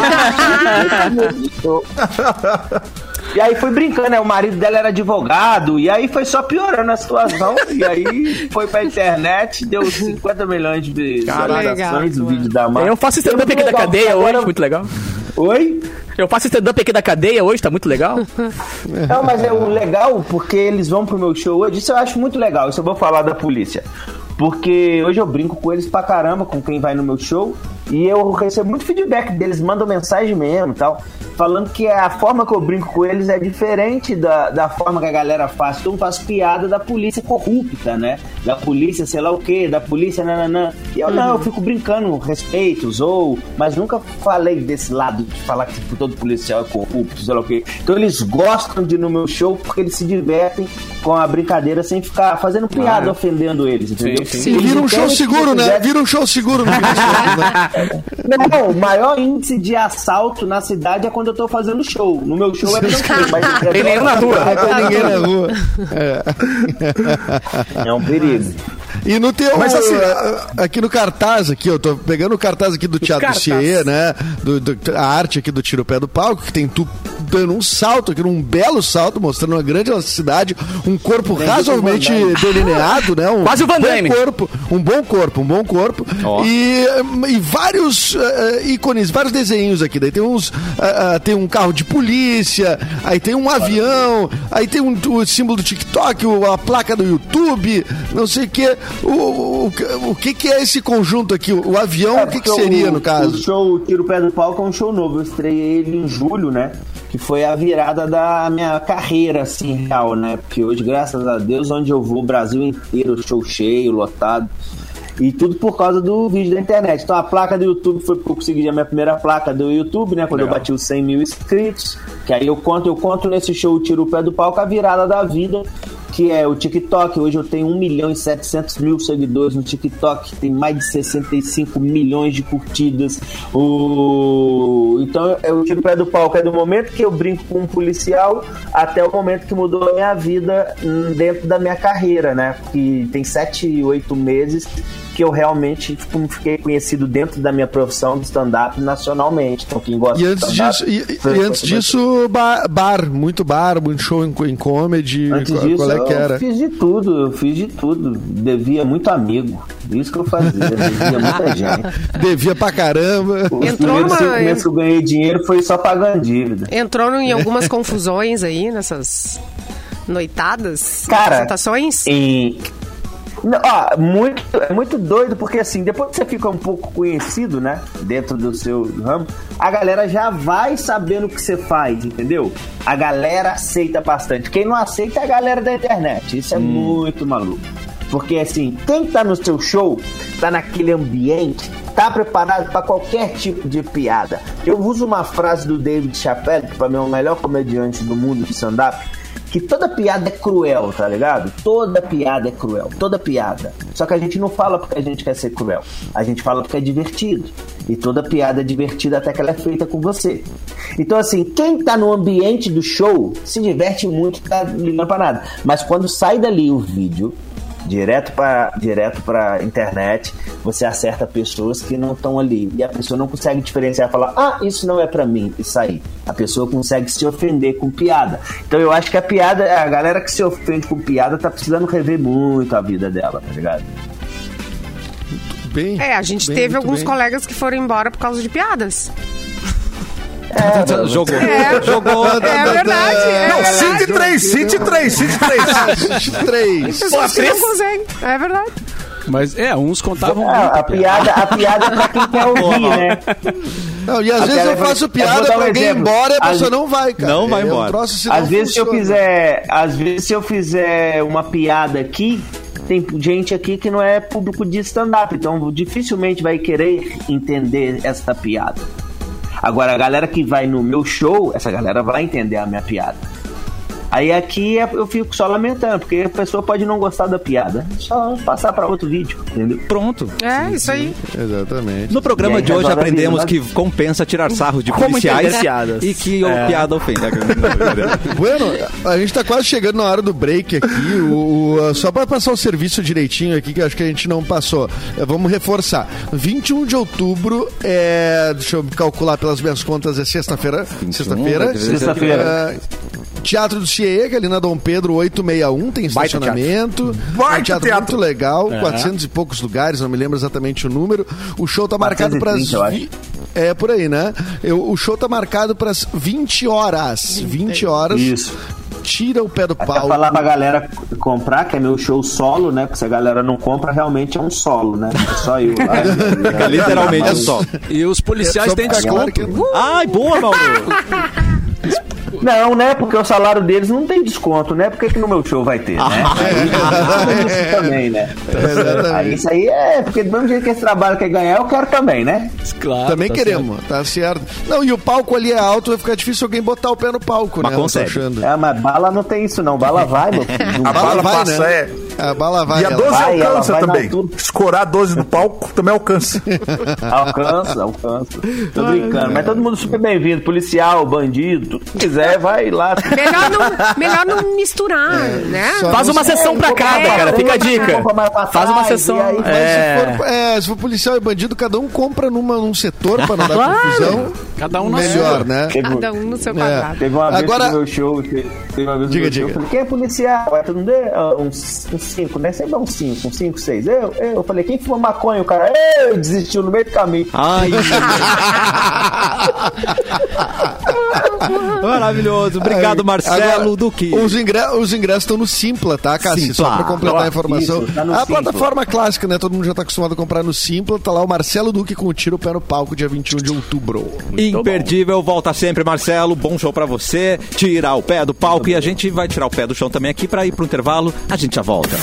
viu? E aí foi brincando, né? O marido dela era advogado, e aí foi só piorando a situação. E aí foi pra internet, deu cinquenta milhões de visualizações do vídeo da Márcia. Eu faço stand-up aqui da Legal, cadeia agora- hoje, muito legal. Oi? Eu faço stand-up aqui da cadeia hoje, tá muito legal. Não, mas é o legal porque eles vão pro meu show hoje. Isso eu acho muito legal. Isso eu vou falar da polícia. Porque hoje eu brinco com eles pra caramba, com quem vai no meu show. E eu recebo muito feedback deles, mandam mensagem mesmo e tal. Falando que a forma que eu brinco com eles é diferente da, da forma que a galera faz. Então faz piada da polícia corrupta, né? Da polícia, sei lá o quê, da polícia, nananã. E eu não, eu fico brincando, respeito, ou mas nunca falei desse lado de falar que tipo, todo policial é corrupto, sei lá o quê. Então eles gostam de ir no meu show porque eles se divertem com a brincadeira sem ficar fazendo piada, ofendendo eles, entendeu? E vira um show seguro, né? Vira um show seguro no fim das contas, né? Não, o maior índice de assalto na cidade é quando eu tô fazendo show. No meu show é tranquilo, mas Tem nenhum na rua. Não tem ninguém na rua. é um perigo. E no teu. Mas assim, uh, aqui no cartaz, aqui, eu tô pegando o cartaz aqui do Teatro cartaz. Ciê, né? Do, do- a arte aqui do Tiro o Pé do Palco, que tem tu dando um salto aqui, um belo salto, mostrando uma grande elasticidade, um corpo razoavelmente delineado, né? Um Quase o Van bom Damme. corpo, um bom corpo, um bom corpo. Ó. E, e vários uh, ícones, vários desenhos aqui. Daí tem uns. uh, uh, tem um carro de polícia, aí tem um avião, aí tem um, o símbolo do TikTok, o- a placa do YouTube, não sei o que. O, o, o, o que, que é esse conjunto aqui? O, o avião, o que, que porque seria, o- no caso? O show Tiro o Pé do Palco é um show novo. Eu estreiei ele em julho, né? Que foi a virada da minha carreira, assim, real, né? Porque hoje, graças a Deus, onde eu vou, o Brasil inteiro, show cheio, lotado. E tudo por causa do vídeo da internet. Então a placa do YouTube foi porque eu consegui a minha primeira placa do YouTube, né? Quando eu bati os cem mil inscritos. Que aí eu conto, eu conto nesse show Tiro o Pé do Palco a virada da vida, que é o TikTok. Hoje eu tenho um milhão e setecentos mil seguidores no TikTok, tem mais de sessenta e cinco milhões de curtidas. O... Então é o Tiro o Pé do Palco é do momento que eu brinco com um policial até o momento que mudou a minha vida hum, dentro da minha carreira, né? Que tem sete, oito meses que eu realmente tipo, fiquei conhecido dentro da minha profissão de stand-up nacionalmente. Então quem gosta E de antes stand-up... disso, e, e antes disso bar, bar, muito bar, muito show em, em comedy. Antes qual, disso, qual é que eu era? fiz de tudo, eu fiz de tudo. Devia muito amigo. Isso que eu fazia, devia muita gente. Devia pra caramba. Os Entrou primeiros uma- cinco meses que eu ganhei dinheiro foi só pagando dívida. Entrou em algumas confusões aí, nessas noitadas, Cara, apresentações. E... Não, ó, muito, é muito doido, porque assim, depois que você fica um pouco conhecido, né, dentro do seu ramo, a galera já vai sabendo o que você faz, entendeu? A galera aceita bastante. Quem não aceita é a galera da internet. Isso é muito maluco. Porque assim, quem tá no seu show, tá naquele ambiente, tá preparado pra qualquer tipo de piada. Eu uso uma frase do David Chappelle, que pra mim é o melhor comediante do mundo de stand-up, que toda piada é cruel, tá ligado? Toda piada é cruel, toda piada. Só que a gente não fala porque a gente quer ser cruel. A gente fala porque é divertido. E toda piada é divertida até que ela é feita com você. Então, assim, quem tá no ambiente do show se diverte muito, tá ligando pra nada. Mas quando sai dali o vídeo, direto pra, direto pra internet, você acerta pessoas que não estão ali. E a pessoa não consegue diferenciar e falar, ah, isso não é pra mim, e sair. A pessoa consegue se ofender com piada. Então eu acho que a piada, a galera que se ofende com piada tá precisando rever muito a vida dela, tá ligado? Bem, É, a gente bem, teve muito alguns bem. colegas que foram embora por causa de piadas. Jogou. É. Jogou. É verdade, é Não, verdade. cite três, cite três, cite três. Três. Pessoas que não conseguem. É verdade. Mas é, uns contavam Ah, muita a piada, a piada é pra quem quer ouvir, né? Não, e às A vezes piada eu faço é- piada eu vou dar um pra alguém ir exemplo. embora e a Às- pessoa não vai, cara. Não vai É um embora. troço assim, não Às vezes se eu funciona. fizer, às vezes se eu fizer uma piada aqui, tem gente aqui que não é público de stand-up, então dificilmente vai querer entender essa piada. Agora, a galera que vai no meu show, essa galera vai entender a minha piada. Aí aqui é- eu fico só lamentando, porque a pessoa pode não gostar da piada. É só passar pra outro vídeo, entendeu? Pronto. É, isso aí. Exatamente. No programa E aí, de hoje resolve a aprendemos vida, que compensa tirar sarro de Como policiais entender piadas. e que o piada ofende. Bueno, a gente tá quase chegando na hora do break aqui. O, o- só para passar o serviço direitinho aqui, que eu acho que a gente não passou. É, vamos reforçar. vinte e um de outubro, é, deixa eu calcular pelas minhas contas, é sexta-feira. Sexta-feira. Sexta-feira. É, Teatro do C I E, que é ali na Dom Pedro oitocentos e sessenta e um, tem Baita estacionamento. Baita É um teatro, teatro. muito legal, quatrocentos e poucos lugares, não me lembro exatamente o número. O show tá marcado para quatrocentos e trinta, eu acho. É, por aí, né? Eu, o show tá marcado para as vinte horas. vinte horas. Isso. Tira o pé do Pra palco. falar pra galera comprar, que é meu show solo, né? Porque se a galera não compra, realmente é um solo, né? É só eu lá. Literalmente é só. E os policiais Só têm pra ficar claro desconto. que- Ai, boa, Mauro. Não, né? Porque o salário deles não tem desconto, né? Por que, que no meu show vai ter, né? Aí, isso também, né? Aí, isso aí é, porque do mesmo jeito que esse trabalho quer ganhar, eu quero também, né? Claro, Também tá queremos, tá certo. Não, e o palco ali é alto, vai ficar difícil alguém botar o pé no palco, Mas né? Eu tô consegue. achando. É, mas bala não tem isso, não. Bala vai, meu filho. A bala passa, né? é. A bala vai. E a ela doze vai, ela alcança vai na também. altura. Escorar a doze no palco também alcança. Alcança, alcança. Tô brincando. Mas todo mundo super bem-vindo. Policial, bandido, tudo que quiser, vai lá. Melhor não, melhor não misturar, né? Só Faz uma sessão pra cada, é, cara. Fica a uma dica. compra mais pra Faz uma trás, sessão. e aí vai É. Se for, é, se for policial e bandido, cada um compra numa, num setor pra não dar Claro. confusão. Cada um na Melhor, sua. né? Cada um no seu quadrado. Teve uma vez Agora- no meu show, teve uma vez no Diga, meu show, diga. eu falei, quem é policial? Aí todo mundo, "Ah, uns uns cinco, né? Sempre é uns cinco, uns cinco, seis. Eu, eu, eu falei, quem fuma maconha? O cara, eu, desistiu no meio do caminho. Ai. Maravilhoso. Obrigado, Ai, Marcelo agora, Duque. Os, ingre- os ingressos estão no Simpla, tá, Cassi? Só Simpla. pra completar a informação. Isso, tá no a Simpla. plataforma clássica, né? Todo mundo já tá acostumado a comprar no Simpla. Tá lá o Marcelo Duque com o Tiro Pé no Palco, dia vinte e um de outubro. Imperdível, volta sempre, Marcelo. Bom show pra você. Tirar o pé do palco e a gente vai tirar o pé do chão também aqui pra ir pro intervalo. A gente já volta.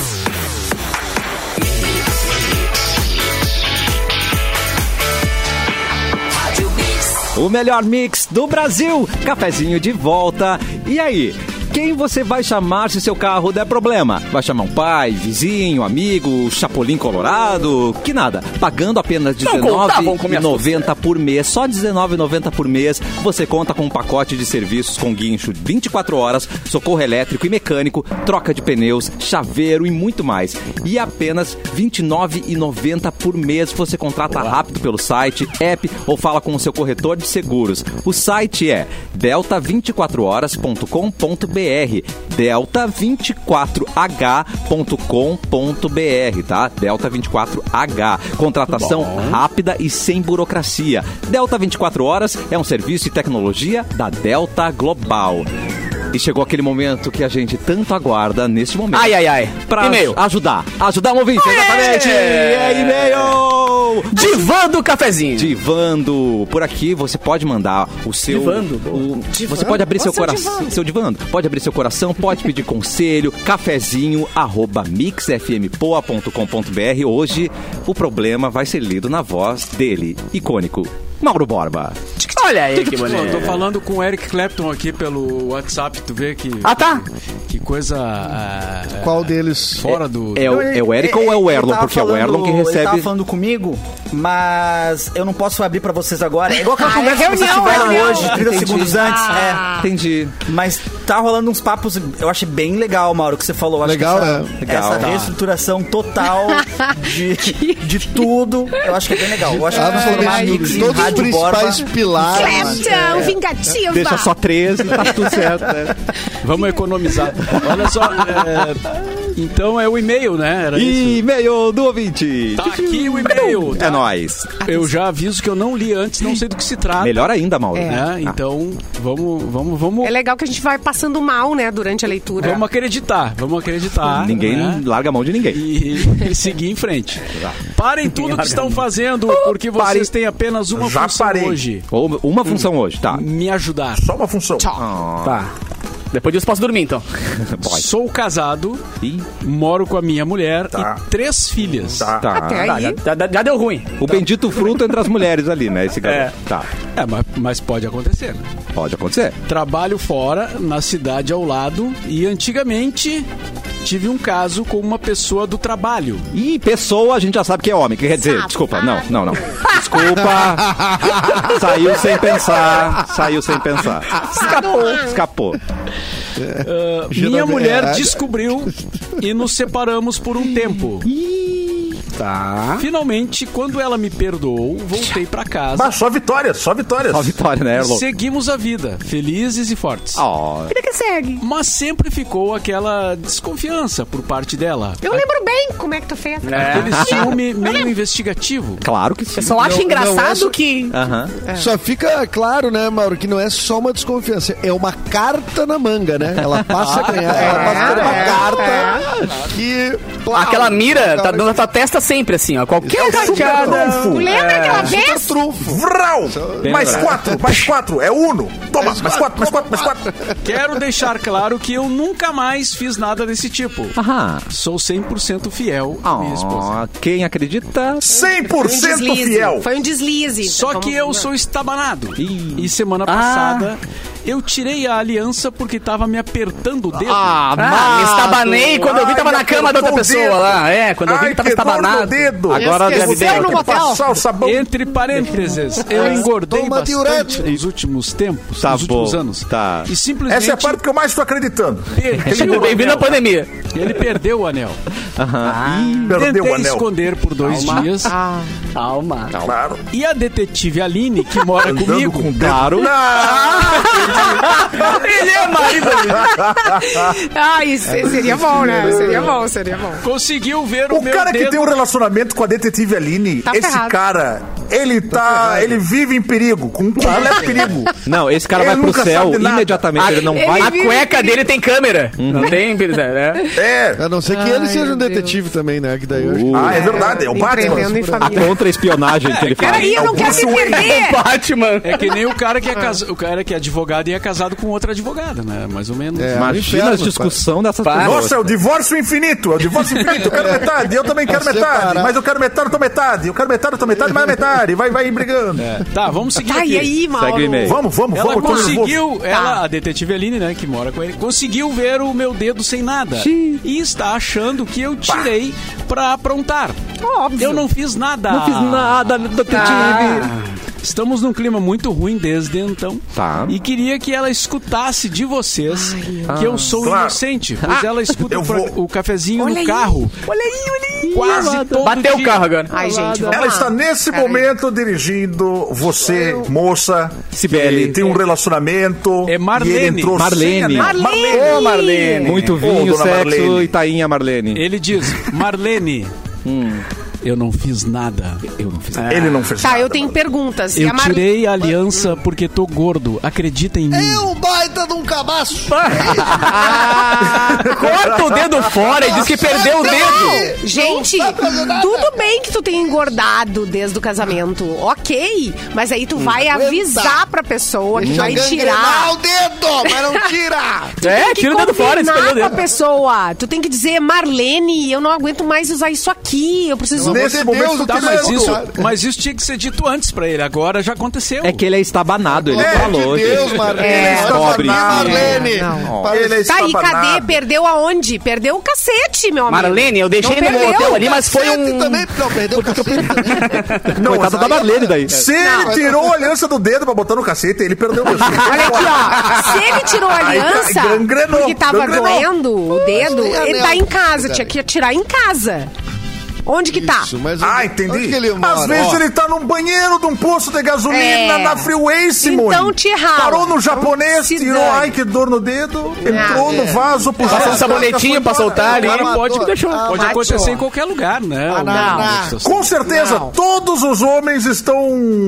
O melhor mix do Brasil. Cafezinho de volta. E aí? Quem você vai chamar se seu carro der problema? Vai chamar um pai, vizinho, amigo, chapolim colorado? Que nada. Pagando apenas Não contavam com dezenove reais e minha noventa por mês. Só dezenove reais e noventa por mês. Você conta com um pacote de serviços com guincho vinte e quatro horas, socorro elétrico e mecânico, troca de pneus, chaveiro e muito mais. E apenas vinte e nove reais e noventa por mês. Você contrata rápido pelo site, app ou fala com o seu corretor de seguros. O site é delta vinte e quatro horas ponto com ponto b r, delta vinte e quatro h ponto com ponto b r, tá? Delta vinte e quatro H. Contratação rápida e sem burocracia. Delta vinte e quatro horas é um serviço de tecnologia da Delta Global. E chegou aquele momento que a gente tanto aguarda nesse momento. Ai, ai, ai. Pra E-mail. ajudar. Ajudar o ouvinte, exatamente. É e-mail. Divando Cafezinho. Divando. Por aqui você pode mandar o seu... Divando. o- Você pode abrir seu Ô, seu coração. divando. Seu divando. Pode abrir seu coração, pode pedir conselho. Cafezinho, arroba mixfmpoa ponto com ponto b r. Hoje o problema vai ser lido na voz dele, icônico, Mauro Borba. Olha aí que Pô, bonito. eu tô falando com o Eric Clapton aqui pelo WhatsApp, tu vê que... Ah, tá. Que coisa... ah, Qual deles? Fora do... É, o- é o Eric ou é o Eu Erlon? tava Porque é o falando- Erlon que Ele tava recebe... falando comigo, mas eu não posso abrir pra vocês agora. É igual aquela Ah, conversa é que vocês reunião, tiveram reunião. hoje, trinta Entendi. segundos antes. Ah. Entendi. É. Mas tá rolando uns papos, eu achei bem legal, Mauro, o que você falou. Eu acho Legal, que essa, é. Legal. essa Tá. reestruturação total de, de tudo, eu acho que é bem legal. Eu acho que Absolutamente mix tudo. em Todos os Rádio principais Borba. pilares. Clapton, vingativa. Deixa só treze, tá tudo certo. Né? Vamos economizar. Olha só, é, então é o e-mail, né? Era isso. E-mail do ouvinte. Tá aqui o e-mail. É nóis. Eu já aviso que eu não li antes, não sei do que se trata. Melhor ainda, Mauro. Né? Então, vamos, vamos, vamos, É legal que a gente vai passando mal, né, durante a leitura. vamos acreditar. Vamos acreditar. Ninguém né? larga a mão de ninguém. E, e seguir em frente. Parem tudo que estão fazendo, porque vocês Pare. têm apenas uma Já função parei. hoje. Ou uma função hoje, tá. Me ajudar. Só uma função. Tá. Depois disso posso dormir, então. Pode. Sou casado, Ih, moro com a minha mulher Tá. e três filhas. Tá. tá. Até Tá, aí. já, já- já deu ruim. O bendito fruto entre as mulheres ali, né? Esse garoto. É. Tá. É, mas, mas pode acontecer, né? Pode acontecer. Trabalho fora, na cidade ao lado, e antigamente tive um caso com uma pessoa do trabalho. E pessoa, a gente já sabe que é homem. Que quer dizer, desculpa, não, não, não. Desculpa. Saiu sem pensar. Saiu sem pensar. Escapou. Escapou. Ah, minha Geralmente- mulher é. descobriu e nos separamos por um tempo. Tá. Finalmente, quando ela me perdoou, voltei pra casa. Mas só vitórias, só vitórias. Só vitória, né, E Erlon? seguimos a vida, felizes e fortes. Ó, Vida que segue. Mas sempre ficou aquela desconfiança por parte dela. Eu lembro bem como é que tu fez. Aquele ciúme meio investigativo. claro que sim. Eu só acho Não- engraçado não é só- que... Aham. Só fica claro, né, Mauro, que não é só uma desconfiança, é uma carta na manga, né? Ela passa a ganhar, ela passa a ter uma é, carta que... Aquela mira tá na tua testa sempre, assim, ó. Qualquer carteada. trunfo. Lembra aquela Super vez? trunfo. Vrau! Mais quatro, mais quatro, é uno. Toma, mais quatro, mais quatro, mais quatro. Quero deixar claro que eu nunca mais fiz nada desse tipo. Aham. Sou cem por cento fiel à minha esposa. Ó, quem acredita? cem por Foi um cento deslize. fiel. Foi um deslize. Só Então, que vamos- eu sou estabanado. Ih. E semana Ah. passada eu tirei a aliança porque tava me apertando o dedo. Ah, Ah, me estabanei quando eu vi tava Ai, na cama da outra apertou o pessoa dedo. lá. É, quando eu vi Ai, que tava que dor no estabanado. dedo. Agora Esqueceu deve ter. no Tem que motel. passar o sabão. Entre parênteses, eu engordei Toma bastante diurético. nos últimos tempos, Tá nos últimos bom, anos. tá. E simplesmente Essa é a parte que eu mais tô acreditando. perdi o Bem-vindo à anel. pandemia. Ele perdeu o anel. Perdeu Tentei o anel. esconder por dois dias. Calma. Claro. E a detetive Aline, que mora Andando comigo, com o dedo. Claro. Ele é marido. Ah, isso seria bom, né? Seria bom, seria bom. conseguiu ver o, O meu cara que dedo. tem um relacionamento com a detetive Aline, Tá esse ferrado. cara, ele tá. Ele vive em perigo, com um completo perigo. Não, esse cara Ele vai pro nunca céu sabe nada. imediatamente. Ele não Ele vai. A cueca dele tem câmera. Não tem, né? É. A não ser que ele seja um detetive também, né? Que daí eu acho que- Ah, é verdade, é o Empreendendo Batman. em A família. contra-espionagem que ele faz. Peraí, eu não quero me perder. Batman. É que nem o cara que é cas... o cara que é advogado e é casado com outra advogada, né? Mais ou menos. É. Imagina inferno, a discussão dessas Pá. pessoas. Nossa, é o divórcio infinito, é o divórcio infinito. Eu quero metade, eu também quero Pra metade. separar. Mas eu quero metade, eu tô metade. Eu quero metade, eu tô metade, mais metade. Vai, vai brigando. Tá, vamos seguir Tá, aqui. e aí, Mauro? Segue o e-mail. Vamos, vamos, Ela vamos. eu tô nervoso. conseguiu, ela, a detetive Aline, né, que mora com ele, conseguiu ver o meu dedo sem nada. E está achando que eu tirei pra aprontar. Óbvio. Eu não fiz nada. Não fiz nada, detetive. Estamos num clima muito ruim desde então. Tá. E queria que ela escutasse de vocês que eu sou Claro. inocente. Pois ela escuta Eu o, pro- vou. o cafezinho Olha no aí. carro. Olha aí, olha aí. Quase todo Bateu dia. o carro agora. Ai, gente, vamos Ela lá. está nesse Peraí. momento dirigindo você, moça, Sibeli. que tem um relacionamento. É Marlene. E ele entrou Marlene. sem anel. Marlene. Ô, Marlene. Muito Ô, vinho, dona sexo Marlene. e tainha, Marlene. Ele diz, Marlene, eu não fiz nada. Eu não fiz Ele não fez Tá, nada. eu tenho Marlene. perguntas. E Eu a Mar- tirei a aliança porque tô gordo. Acredita em mim. É um baita puta de um cabaço. Corta o dedo fora e diz que perdeu o dedo. Gente, tudo bem que tu tenha engordado desde o casamento, ok, mas aí tu vai Aguenta. avisar pra pessoa que Deixa vai gangrenar tirar. o dedo, mas não tira. É, Tem que tira o dedo fora e combinar perdeu o com a dedo. pessoa. Tu tem que dizer, Marlene, eu não aguento mais usar isso aqui. Eu preciso. Pelo Nesse amor de momento, Deus, tá, o que Mas é isso, cara? mas isso tinha que ser dito antes pra ele. Agora já aconteceu. É que ele é estabanado, ele Pelo amor falou. de Deus, gente. Marlene. É, Olha, pobre. Marlene. Não. Para- Ele é Tá aí, cadê? estabanado. Perdeu aonde? Perdeu o cacete, meu amigo. Marlene, eu deixei Não no perdeu. motel ali, mas foi Cacete um... também, não, perdeu o cacete também. Não, Coitada mas da aí- Marlene daí. Se ele tirou a aliança do dedo pra botar no cacete, ele perdeu o dedo. Olha aqui, ó. Se ele tirou a Aí tá, aliança gangrenou, porque tava gangrenou. doendo o dedo, Isso aí é ele tá anel. em casa. Tinha que tirar em casa. Onde que tá? Isso, mas Ah, onde- entendi. Onde que ele Às mora? vezes Ó, ele tá num banheiro de um posto de gasolina É. na freeway, Simone. Então te rala. Parou no Então japonês, se tirou, dane. ai que dor no dedo, entrou Ah, no é. vaso, puxou Passou um a sabonetinho casca, pra foi soltar ali. Agora Pode matou. deixar. Ah, Pode Matou. acontecer em qualquer lugar, né? Ah, não, Uma não. situação. Com certeza, Não. todos os homens estão...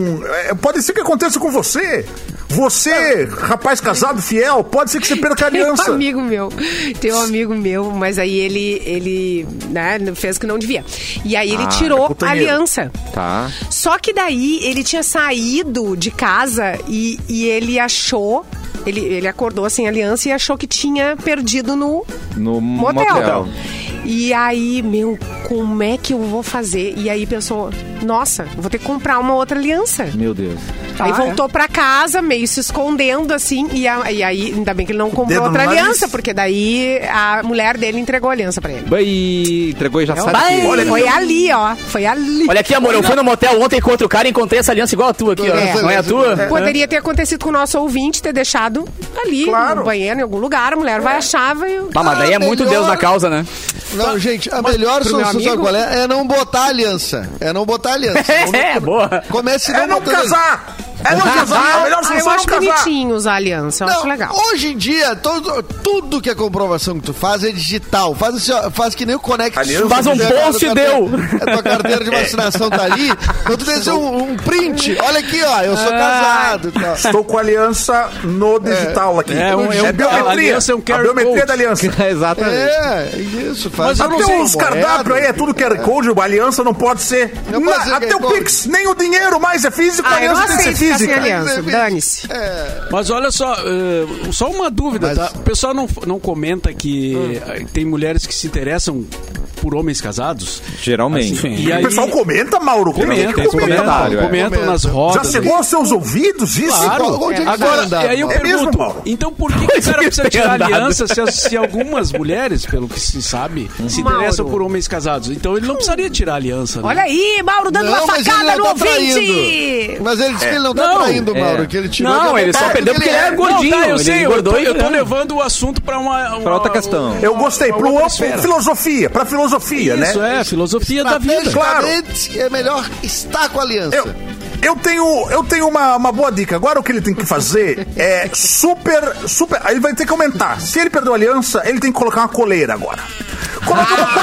é, pode ser que aconteça com você. Você, rapaz casado, fiel, pode ser que você perca a Tem um aliança. amigo meu, tem um amigo meu, mas aí ele, ele né, fez o que não devia. E aí ele Ah, é tirou a putanheiro. aliança. Tá. Só que daí ele tinha saído de casa e, e ele achou... Ele, ele acordou sem aliança e achou que tinha perdido no No motel. motel. E aí, meu, como é que eu vou fazer? E aí pensou, nossa, vou ter que comprar uma outra aliança. Meu Deus. Aí Ah, voltou pra casa, meio se escondendo, assim, e, a- e aí, ainda bem que ele não comprou Dedo outra no nariz. aliança, porque daí a mulher dele entregou a aliança pra ele. Vai, entregou e já sabe Vai, que... Olha, foi ali, ó. Foi ali. Olha aqui, amor, eu fui no motel ontem com outro cara e encontrei essa aliança igual a tua aqui, ó. É. Não é a tua? Poderia ter acontecido com o nosso ouvinte, ter deixado ali, Claro. no banheiro, em algum lugar, a mulher vai achar, vai... Ah, mas daí é muito melhor- Deus na causa, né? Não, gente, a melhor pro meu solução, sabe amigo- qual é? É não botar aliança. É não botar aliança. É, boa. Comece É não botando- casar! É não casar! A melhor Ah, eu solução é acho não casar! bonitinho usar aliança, eu acho Não, legal. hoje em dia, todo, tudo que é comprovação que tu faz é digital. Faz, assim, ó, faz que nem o Conect. Aliança Faz um Tua post e carteira- deu. A tua carteira de vacinação tá ali. Então tu deve ser um, um print. Olha aqui, ó, eu sou casado. e tal. Estou com a aliança no digital aqui. É, um- é um- a biometria. aliança é um Q R a biometria Code. da aliança. Exatamente. É, isso. Faz Mas eu não Até sei, os moeda. cardápios aí é tudo Q R Code, a aliança não pode ser. Não Na- pode ser até Q R o Code. Pix, nem o dinheiro mais é físico, a Ah, eu não aliança tem que ser aceito ficar sem física. aliança, dane-se. Mas olha só, eh, só uma dúvida, Mas- tá? O pessoal não, não comenta que eh, tem mulheres que se interessam por homens casados. Geralmente. Assim, E e aí, o pessoal comenta, Mauro? Tem comenta, que comentar. comentário, é. comentam Comenta. nas Já rodas. chegou aos seus ouvidos isso? Claro. Onde é que Agora, vai andar, e aí eu É mesmo, pergunto, Mauro? então por que, que o cara que precisa tem tirar andado. aliança se, as- se algumas mulheres, pelo que se sabe, se Mauro. interessam por homens casados? Então ele não precisaria tirar a aliança, né? Olha aí, Mauro dando Não, uma mas ele facada não no tá ouvinte. traindo. Mas ele disse que ele não tá Não. traindo, Mauro. É. Que ele tirou Não, de ele só vontade, perdeu porque ele era é. gordinho. Não, tá, eu ele sei, eu engordou tô, e eu tô não. levando o assunto pra uma... uma Pra outra questão. Eu gostei, Uma pro outra outro, esfera. filosofia, pra filosofia, Isso né? é, filosofia da vida. Estrategicamente, é melhor estar com a aliança. Eu, eu tenho, eu tenho uma, uma boa dica. Agora o que ele tem que fazer é super, super... Ele vai ter que aumentar. Se ele perdeu a aliança, ele tem que colocar uma coleira agora. Coloca uma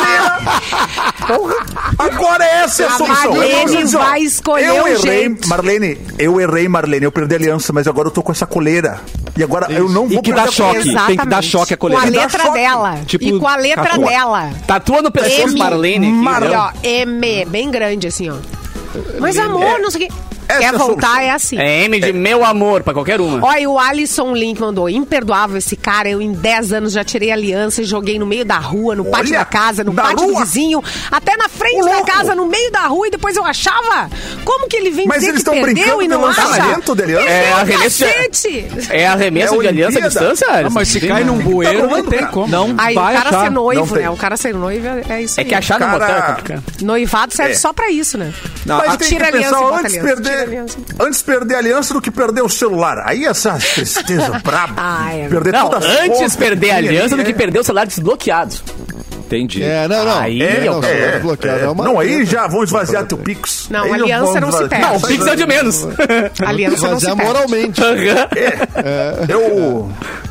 coleira. Agora essa é a A solução. Eu Marlene vou dizer, ó, vai escolher eu um errei, jeito. Marlene, eu errei, Marlene. Eu perdi a aliança, mas agora eu tô com essa coleira. E agora eu não vou E que perder dá a choque. coleira. Tem que dar choque a coleira. Com a Tem que dar letra choque. dela. Tipo, e com a letra catua. dela. Tatua no pescoço, M. Marlene. aqui, Mar- né? ó, M, bem grande assim, ó. Mas amor, não sei o que. Essa Quer é a voltar, solução. é assim. É M de meu amor, pra qualquer uma. Olha, o Alisson Link mandou, imperdoável esse cara, eu em dez anos já tirei aliança e joguei no meio da rua, no pátio Olha, da casa, no da pátio do rua? vizinho, até na frente Ô, da louco. casa, no meio da rua, e depois eu achava. Como que ele vem Mas dizer eles que estão perdeu brincando e de não acha? lançamento de aliança? É, Perdeu, arremesso de- cacete! É arremesso É de aliança à Olimpíada. distância, Ah, Alisson? mas se cai num bueiro, não rolando, tem cara. como. Não Aí vai o cara achar. ser noivo, Não tem. né? O cara ser noivo é é isso É aí. que achar no Cara- motel é complicado. Noivado serve É. só pra isso, né? Não, Mas a- tem tira que a aliança pensar e bota antes aliança, tira a perder, aliança. antes perder a aliança do que perder o celular. Aí essa tristeza braba. Ah, é. Perder Não, todas as antes fotos perder a que tinha aliança ali, do que é. perder o celular desbloqueado. Entendi. É, não, não. Aí, é, eu- não, É, bloqueado. é. É uma- Não, aí já vão esvaziar teu Pix. Não, Aí aliança vão não se esvaziar. perde. Não, o Pix é o de menos. Aliança não se Esvaziar perde. moralmente. Eu,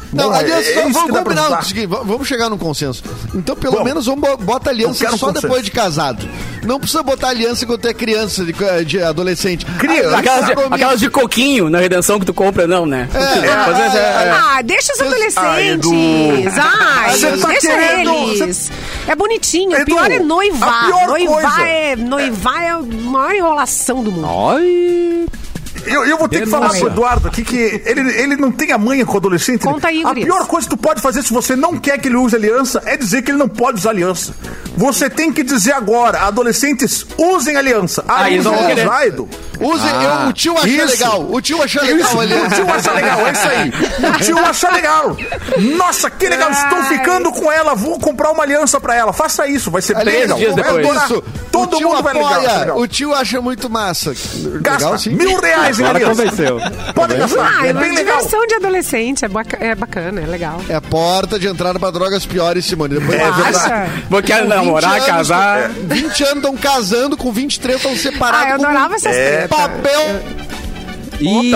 Não, Bom, aliança, é- é vamos isso que dá pra combinar usar. o seguinte, v- vamos chegar num consenso. Então, pelo Vamos. menos, vamos bo- bota aliança Eu quero um só consenso. depois de casado. Não precisa botar aliança quando é criança, de, de adolescente. Criança. Ah, Aquelas de, comigo. aquelas de coquinho na redenção que tu compra, não, né? É, Depois é- é- Ah, deixa os adolescentes. Ai, Você tá deixa querendo- eles. É bonitinho. O Edu, pior é noivar. a pior noivar coisa. é noivar é a maior enrolação do mundo. Oi. Eu, eu vou ter que falar Denúncia. pro Eduardo aqui que ele, ele não tem a manha com o adolescente. Conta aí, A Gurias. pior coisa que tu pode fazer se você não quer que ele use aliança é dizer que ele não pode usar aliança. Você tem que dizer agora, adolescentes, usem aliança. Ah, eles não vão querer. usar, Edu. Use, eu- o tio acha isso. legal. O tio acha legal Isso, a o aliança. tio acha legal, é isso aí. O tio acha legal. Nossa, que legal, estou Ai. ficando com ela, vou comprar uma aliança pra ela. Faça isso, vai ser bem Aliás, legal. dias Vai depois. adorar. Isso. Todo o tio mundo vai apoia. ligar. legal. O tio acha muito massa. Gasta Legal, sim. mil reais em Agora aliança. convenceu. Pode gastar, Ah, é é bem uma legal. diversão de adolescente. É, baca- é bacana, é legal. É a porta de entrada pra drogas piores, Simone. Depois Acha? Vou querer Com namorar, vinte anos, casar. vinte anos estão casando, com vinte e três estão separados. Ah, eu com adorava essas É, tretas. papel. Ih,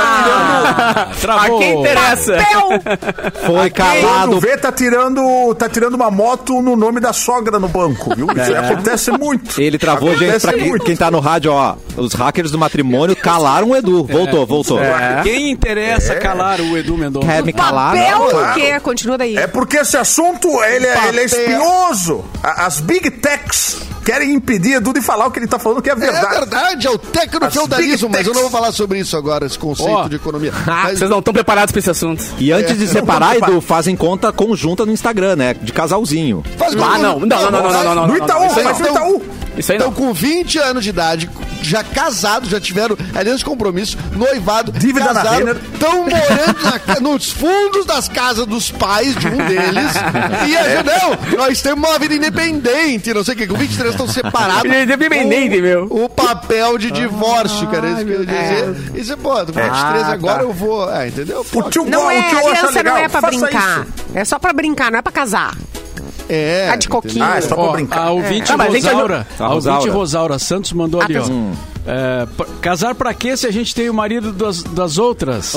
A Travou. quem interessa? foi Quando calado. vê, tá tirando, tá tirando uma moto no nome da sogra no banco, viu? Isso acontece muito. Ele travou, gente, Acontece pra quem, muito. quem tá no rádio, ó. Os hackers do matrimônio calaram o Edu. Voltou, voltou. Quem interessa calar o Edu Mendonça? Quer me calar? Papel Não. o quê? Continua daí. É porque esse assunto, ele é, ele é Papel. espinhoso. A- As big techs querem impedir Edu de falar o que ele tá falando, que é É verdade. verdade, é o tecnofeudalismo, As big mas eu não vou falar sobre isso agora, esse conceito Ó. de economia. Ah, Mas- vocês não estão preparados pra esse assunto. E antes de É. separar, Edu, fazem conta conjunta no Instagram, né? De casalzinho. faz Ah, como- não, não, não, não, não, não, não, não. No Itaú, Isso aí faz no não. Itaú. Isso aí Então, não. com vinte anos de idade, já casados, já tiveram aliança de compromisso, noivado, Dívida na Renner. estão morando na ca- nos fundos das casas dos pais de um deles. E a não, nós temos uma vida independente, não sei o que, com vinte e três estão separados. Vida independente, o, meu. O papel de divórcio, cara, isso que eu ia dizer. E você, pô, com vinte e três Ah, agora tá. eu vou. Ah, entendeu? O tio, Não o é, tio acha aliança legal. não é pra Faça brincar. isso. É só pra brincar, não é pra casar. É. Tá de coquinho. Ah, é só pra Ó, brincar. a ouvinte Ah, mas a gente Rosaura, A a ouvinte Rosaura. Rosaura Santos mandou ali, ó. É, p- casar pra quê se a gente tem o marido das, das outras?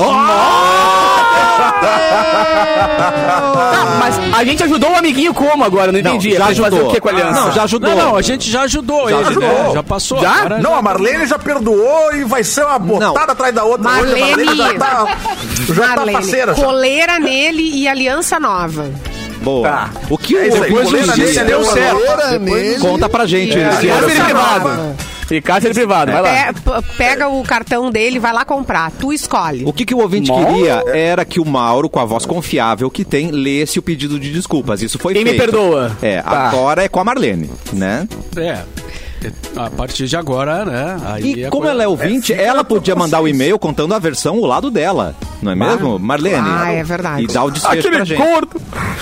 Tá, mas a gente ajudou o amiguinho como agora? Não entendi. já Vai fazer ajudou. o que com a aliança? Não, já ajudou. Não, não, a gente já ajudou Já ele, ajudou. né? Já passou. Já? Agora Não, a Marlene já perdoou e vai ser uma botada Não. atrás da outra. Hoje a Marlene. já tá, já tá Marlene, parceira. já. coleira nele e aliança nova. Boa. O que É isso o aí, depois coleira o nele, deu deu certo? Agora nele. Conta pra gente. É. senhora. Cárcere Aliança privado. nova. E cárcere privado, vai lá. Pe- p- pega o cartão dele, vai lá comprar. Tu escolhe. O que, que o ouvinte Mauro? queria era que o Mauro, com a voz confiável que tem, lesse o pedido de desculpas. Isso foi Quem me feito. perdoa? É, Tá. agora é com a Marlene, né? É. A partir de agora, né? Aí E a como coisa- ela é ouvinte, fica ela pra podia mandar o vocês. e-mail contando a versão, o lado dela. Não é mesmo, Marlene? Ah, é verdade. E dá o desfecho pra Aquele gente. gordo.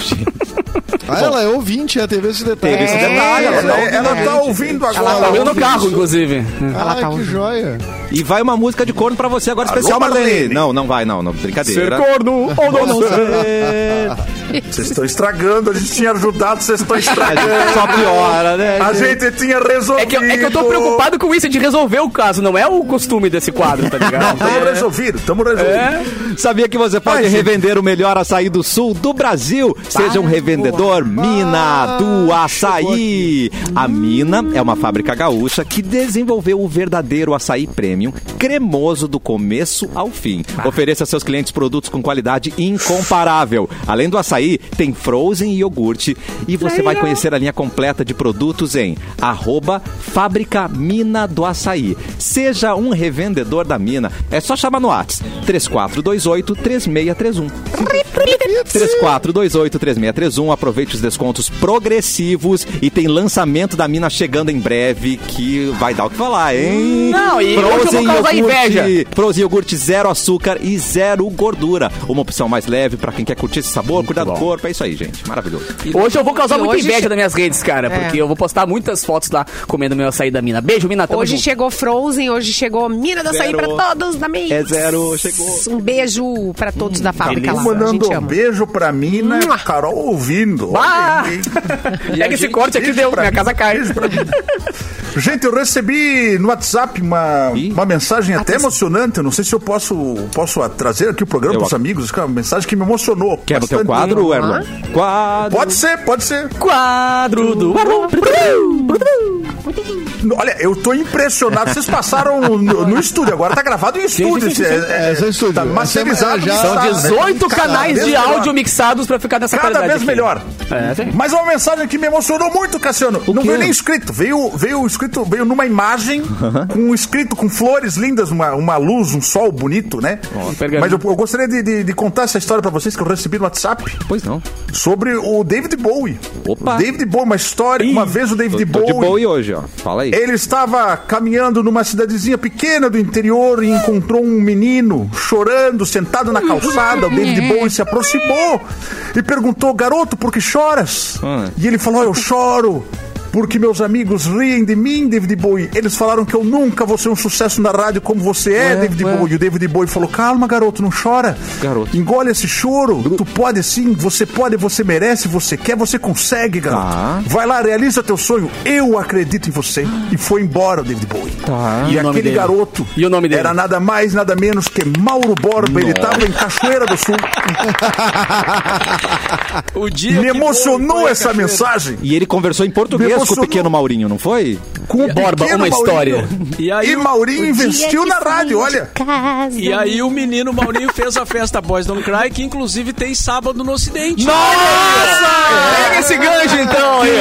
Ah, ela é ouvinte, já teve esse detalhe. Teve esse É. detalhe. ela Ela, tá ela ouvindo. tá ouvindo agora. Ela tá ouvindo no carro, inclusive. Ah, tá que ouvindo. joia. E vai uma música de corno pra você agora, Alô, especial, Marlene. Marlene. Não, não vai, não. não brincadeira. corno ou não Vocês estão estragando, a gente tinha ajudado, vocês estão A estragando. gente só piora, né? A gente tinha resolvido. É que, eu- é que eu tô preocupado com isso, de resolver o caso, não é o costume desse quadro, tá ligado? Estamos resolvidos, estamos resolvidos. Sabia que você pode Ai, gente. revender o melhor açaí do sul do Brasil? Seja um revendedor Mina do Açaí. A Mina é uma fábrica gaúcha que desenvolveu o verdadeiro açaí premium, cremoso do começo ao fim. Ofereça a seus clientes produtos com qualidade incomparável. Além do açaí, tem frozen e iogurte. E você vai conhecer a linha completa de produtos em arroba Fábrica Mina do Açaí. Seja um revendedor da Mina. É só chamar no WhatsApp três quatro dois oito, três seis três um. três quatro dois oito, três seis três um. Aproveite os descontos progressivos e tem lançamento da Mina chegando em breve que vai dar o que falar, hein? Não, e hoje eu vou causar inveja. Frozen iogurte zero açúcar e zero gordura. Uma opção mais leve pra quem quer curtir esse sabor, cuidar do corpo. É isso aí, gente. Maravilhoso. Hoje eu vou causar E muita hoje inveja che- nas minhas redes, cara, É. porque eu vou postar muitas fotos lá comendo meu açaí da Mina. Beijo, Mina, tamo Hoje junto. chegou Frozen, hoje chegou Mina do Açaí Zero. pra todos da Mix. É zero, chegou. Um beijo. beijo pra todos da fábrica lá. A Mandando gente um ama. beijo pra mina, Carol ouvindo. Ah! Olha aí. Pega esse corte aqui, Beijo deu. pra Minha mim, casa cai. beijo pra mim. Gente, eu recebi no WhatsApp uma, uma mensagem até emocionante. Eu não sei se eu posso, posso trazer aqui o programa Eu para os ac- amigos. Uma mensagem que me emocionou. Quer no teu bastante. quadro, Erlon? Quadro. Pode ser, pode ser. Quadro do... Olha, eu tô impressionado. Vocês passaram no, no estúdio, agora tá gravado em estúdio. sim, sim, sim. É, Essa é estúdio. Tá Essa masterizado. é já- São tá, né? dezoito canais vez de melhor. áudio mixados pra ficar nessa Cada qualidade vez aqui. melhor. É, sim. Mas uma mensagem que me emocionou muito, Cassiano. Não veio nem escrito. Veio, veio escrito, veio numa imagem com escrito, com flores lindas, uma, uma luz, um sol bonito, né? pergaminho. Mas eu, eu gostaria de, de- de contar essa história pra vocês que eu recebi no WhatsApp Pois não. sobre o David Bowie. Opa. David Bowie, uma história. Uma vez o David Tô, tô de Bowie. boa hoje, ó. Fala aí. Ele estava caminhando numa cidadezinha pequena do interior e encontrou um menino chorando, sentado na calçada. O David Bowie se aproximou e perguntou: garoto, por que choras? Ah. E ele falou: eu choro porque meus amigos riem de mim, David Bowie. Eles falaram que eu nunca vou ser um sucesso na rádio como você é, Ué, David ué. Bowie. E o David Bowie falou: calma, garoto, não chora. Garoto. Engole esse choro. Tu pode sim, você pode, você merece, você quer, você consegue, garoto. Tá. Vai lá, realiza teu sonho. Eu acredito em você. E foi embora o David Bowie. Tá. E E o nome aquele dele? garoto E o nome dele? era nada mais, nada menos que Mauro Borba. Ele estava em Cachoeira do Sul. O dia Me que emocionou foi a essa cachoeira. mensagem. E ele conversou em Me português com o emocionou. pequeno Maurinho, não foi? Com o Borba, pequeno uma história. Maurinho. E aí, E o- Maurinho investiu na rádio, olha. e aí o menino Maurinho fez a festa Boys Don't Cry, que inclusive tem sábado no Ocidente. Pega esse gancho, então. Aí,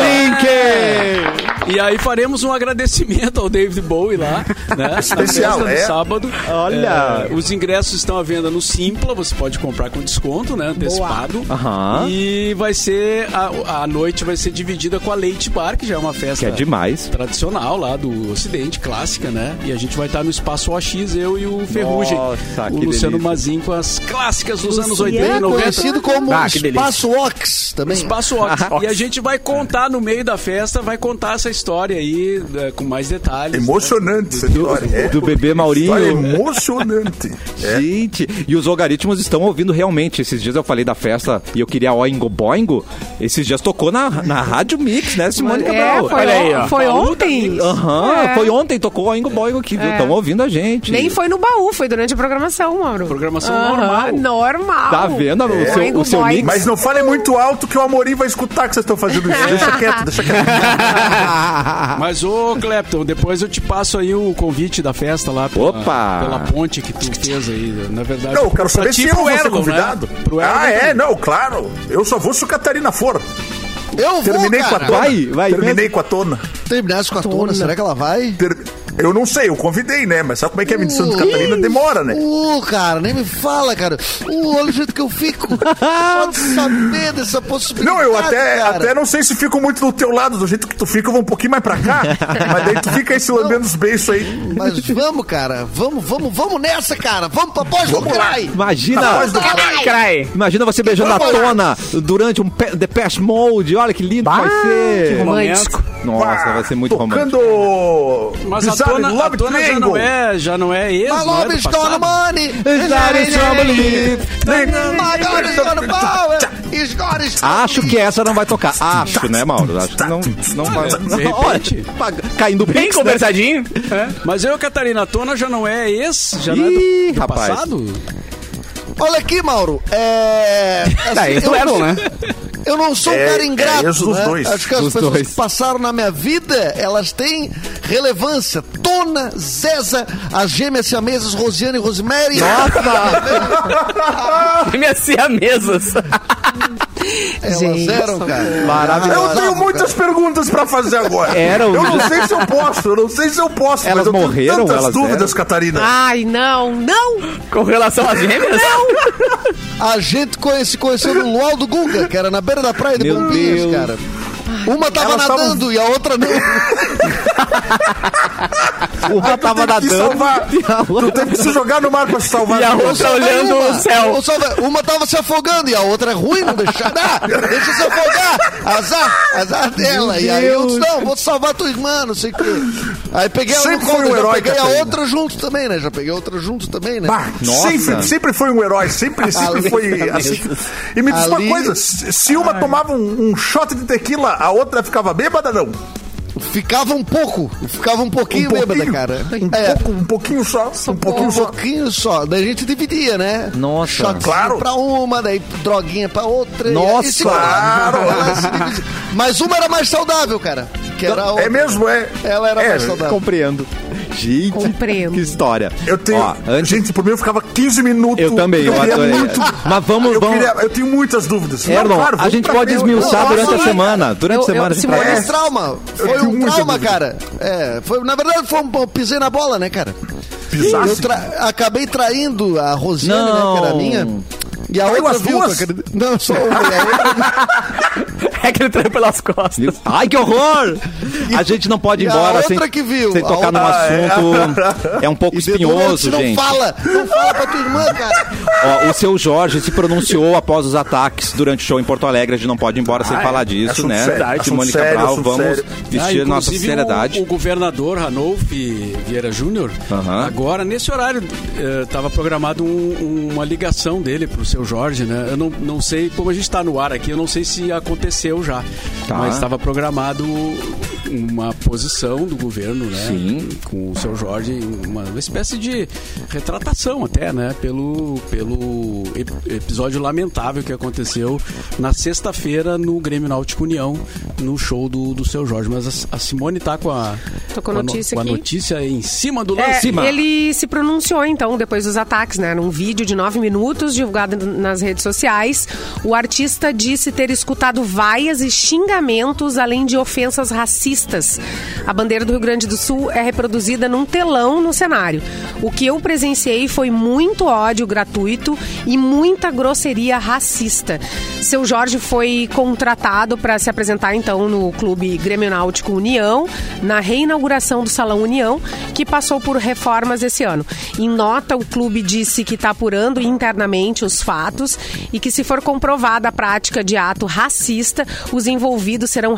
ó. E aí faremos um agradecimento ao David Bowie lá, né? Especial, na festa é. do sábado. Olha. É, os ingressos estão à venda no Simpla, você pode comprar com desconto, né? Antecipado. Aham. E vai ser, a, a noite vai ser dividida com a Leite Bar, que já é uma festa Que é demais. tradicional lá do Ocidente, clássica, né? E a gente vai estar no Espaço O X, eu e o Ferrugem. Nossa, o que Luciano delícia. Mazin com as clássicas dos anos Luciano. oitenta e noventa. Conhecido como Ah, que delícia. Espaço Ox também. Espaço Ox. E a gente vai contar no meio da festa, vai contar essa história aí é, com mais detalhes. Emocionante essa história. É. Do bebê Maurinho. História emocionante. É. Gente, e os algoritmos estão ouvindo realmente. Esses dias eu falei da festa e eu queria Oingo Boingo. Esses dias tocou na, na Rádio Mix, né, Simone É, Cabral? foi, Olha aí, on- ó. foi Baú da ontem. Aham, É. foi ontem, tocou Oingo Boingo aqui, viu? Estão ouvindo a gente. Nem foi no baú, foi durante a programação, Mauro. Programação Aham, normal. normal. Tá vendo o seu, Oingo o seu Boingo. mix? Mas não fale muito alto que o Amorim vai escutar que vocês estão fazendo isso. Deixa quieto, deixa quieto. Mas, ô, Clepton, depois eu te passo aí o convite da festa lá pela, Opa! pela ponte que tu fez aí. Na verdade, Não, eu quero saber pra ti se e eu pro vou ser Erlon, convidado. Né? Pro Erlon Ah, é? também. Não, claro. Eu só vou se o Catarina for. Eu vou, Terminei com a cara. tona. Vai, vai Terminei mesmo? com a tona. Terminasse com a tona, será que ela vai? Ter- Eu não sei, eu convidei, né? Mas sabe como é que é a medição de Catarina? Demora, né? Uh, cara, nem me fala, cara. Uh, olha o jeito que eu fico. Pode saber dessa possibilidade. Não, eu até, cara. até não sei se fico muito do teu lado, do jeito que tu fica, eu vou um pouquinho mais pra cá. Mas daí tu fica aí se lambendo os beiços aí. Mas vamos, cara. Vamos, vamos, vamos nessa, cara. Vamos pra pós do Vamos lá. Cry. Imagina, Voz do Crai. imagina você beijando a Vamos lá. Tona durante um pe- Depeche Mode. Olha que lindo que vai ser. que romântico. Nossa, vai ser muito romântico. Tocando Mas a Bizarre tona, a Love tona já Triangle. não é, já não é ex, My não é love do is gonna passado? money. My God is gonna power. He's got his... Acho que essa não vai tocar. Acho, né, Mauro? Acho que não, não vai. de repente. Olha, pa- caindo Bem pix, né? conversadinho. Mas eu, Catarina, a tona já não é ex, já não é Ih, do, do rapaz. passado? Olha aqui, Mauro. É... Tá, esse do eu- Erlon, né? Eu não sou um É- cara é ingrato, esse dos né? dois. Acho que as Dos pessoas dois. que passaram na minha vida, elas têm relevância. Tona, Zeza, as gêmeas siamesas, Rosiane e Rosemary. Minhas siamesas. Elas Gente, eram, cara. Maravilhoso. Eu tenho muitas perguntas pra fazer agora. Eram- Eu não sei se eu posso, eu não sei se eu posso. Elas mas eu tenho morreram, tantas elas dúvidas, eram? Catarina. Ai, não, não. Com relação às gêmeas? A gente conhe- se conheceu no Luau do Gunga, que era na beira da praia de Meu Bombinhas, Deus. cara. Uma tava Elas tavam- nadando e a outra não. Uma tava Tem que nadando. salvar. e a outra- Tu teve que se jogar no mar pra se salvar. E a outra Só vai olhando uma. o céu. Ou só vai- Uma tava se afogando e a outra é ruim, não deixa dar. Deixa se afogar. Azar, azar dela. E aí eu disse, não, vou salvar tua irmã, não sei o quê. Aí peguei Sempre no foi conta, um já herói, peguei a Catarina. outra junto também, né? Já peguei a outra junto também, né? Bah, Nossa. sempre, sempre foi um herói, sempre, sempre Ali- foi assim. E me diz Ali- uma coisa: se se uma tomava um, um shot de tequila, a outra ficava bêbada, não? Ficava um pouco, ficava um pouquinho, Um bêbada, pouquinho, cara. Um, É. pouco, um pouquinho só. Um pouquinho Um só. pouquinho só. Daí a gente dividia, né? Nossa. Shotzinho Claro. pra uma, daí droguinha pra outra. e- Nossa. e se claro. Mas uma era mais saudável, cara. Que era a outra. É mesmo, é. Ela era É, mais saudável. Compreendo. Gente, Compreendo. que história. Eu tenho. Ó, antes... Gente, por mim eu ficava quinze minutos. Eu também, eu queria adorei. muito. Mas vamos, Eu, vamos... queria- eu tenho muitas dúvidas. Não, Erlon, claro, a vamos gente pra pode frente. esmiuçar Não, durante nossa, a semana. Durante eu- a semana eu- a gente Simone- traz. Foi um trauma. Eu Foi tenho um muita trauma, dúvida. cara. É, foi, na verdade, foi um, eu pisei na bola, né, cara? Pisasse. Eu tra- acabei traindo a Rosiane, Não. né, que era minha. E a Traiu outra as viu, duas? tu acredita? Não, só uma. E a outra É que ele traiu pelas costas. Ai, que horror! A gente não pode ir E a embora outra sem, que viu, sem a tocar num outra- assunto. É um pouco E espinhoso, não gente. fala, não fala pra tua irmã, cara. Ó, o seu Jorge se pronunciou após os ataques durante o show em Porto Alegre. A gente não pode ir embora sem falar disso, assunto né? sério, assunto Simone sério, Cabral, assunto vamos sério. vestir Ah, nossa inclusive, seriedade. O, o governador Ranolf Vieira Júnior, Aham. agora, nesse horário, estava programado um- uma ligação dele pro seu Jorge, né? Eu não, não sei, como a gente está no ar aqui, eu não sei se aconteceu já. Tá. Mas estava programado uma posição do governo, né? Sim. Com o seu Jorge, uma, uma espécie de retratação até, né? Pelo, pelo ep- episódio lamentável que aconteceu na sexta-feira no Grêmio Náutico União, no show do, do seu Jorge. Mas a, a Simone tá com a, Tô com a no- notícia com a aqui. notícia em cima do É, lance. ele se pronunciou, então, depois dos ataques, né? Num vídeo de nove minutos divulgado nas redes sociais. O artista disse ter escutado vaias e xingamentos, além de ofensas racistas. A bandeira do Rio Grande do Sul é reproduzida num telão no cenário. O que eu presenciei foi muito ódio gratuito e muita grosseria racista. Seu Jorge foi contratado para se apresentar, então, no Clube Grêmio Náutico União, na reinauguração do Salão União, que passou por reformas esse ano. Em nota, o clube disse que está apurando internamente os fatos e que, se for comprovada a prática de ato racista, os envolvidos serão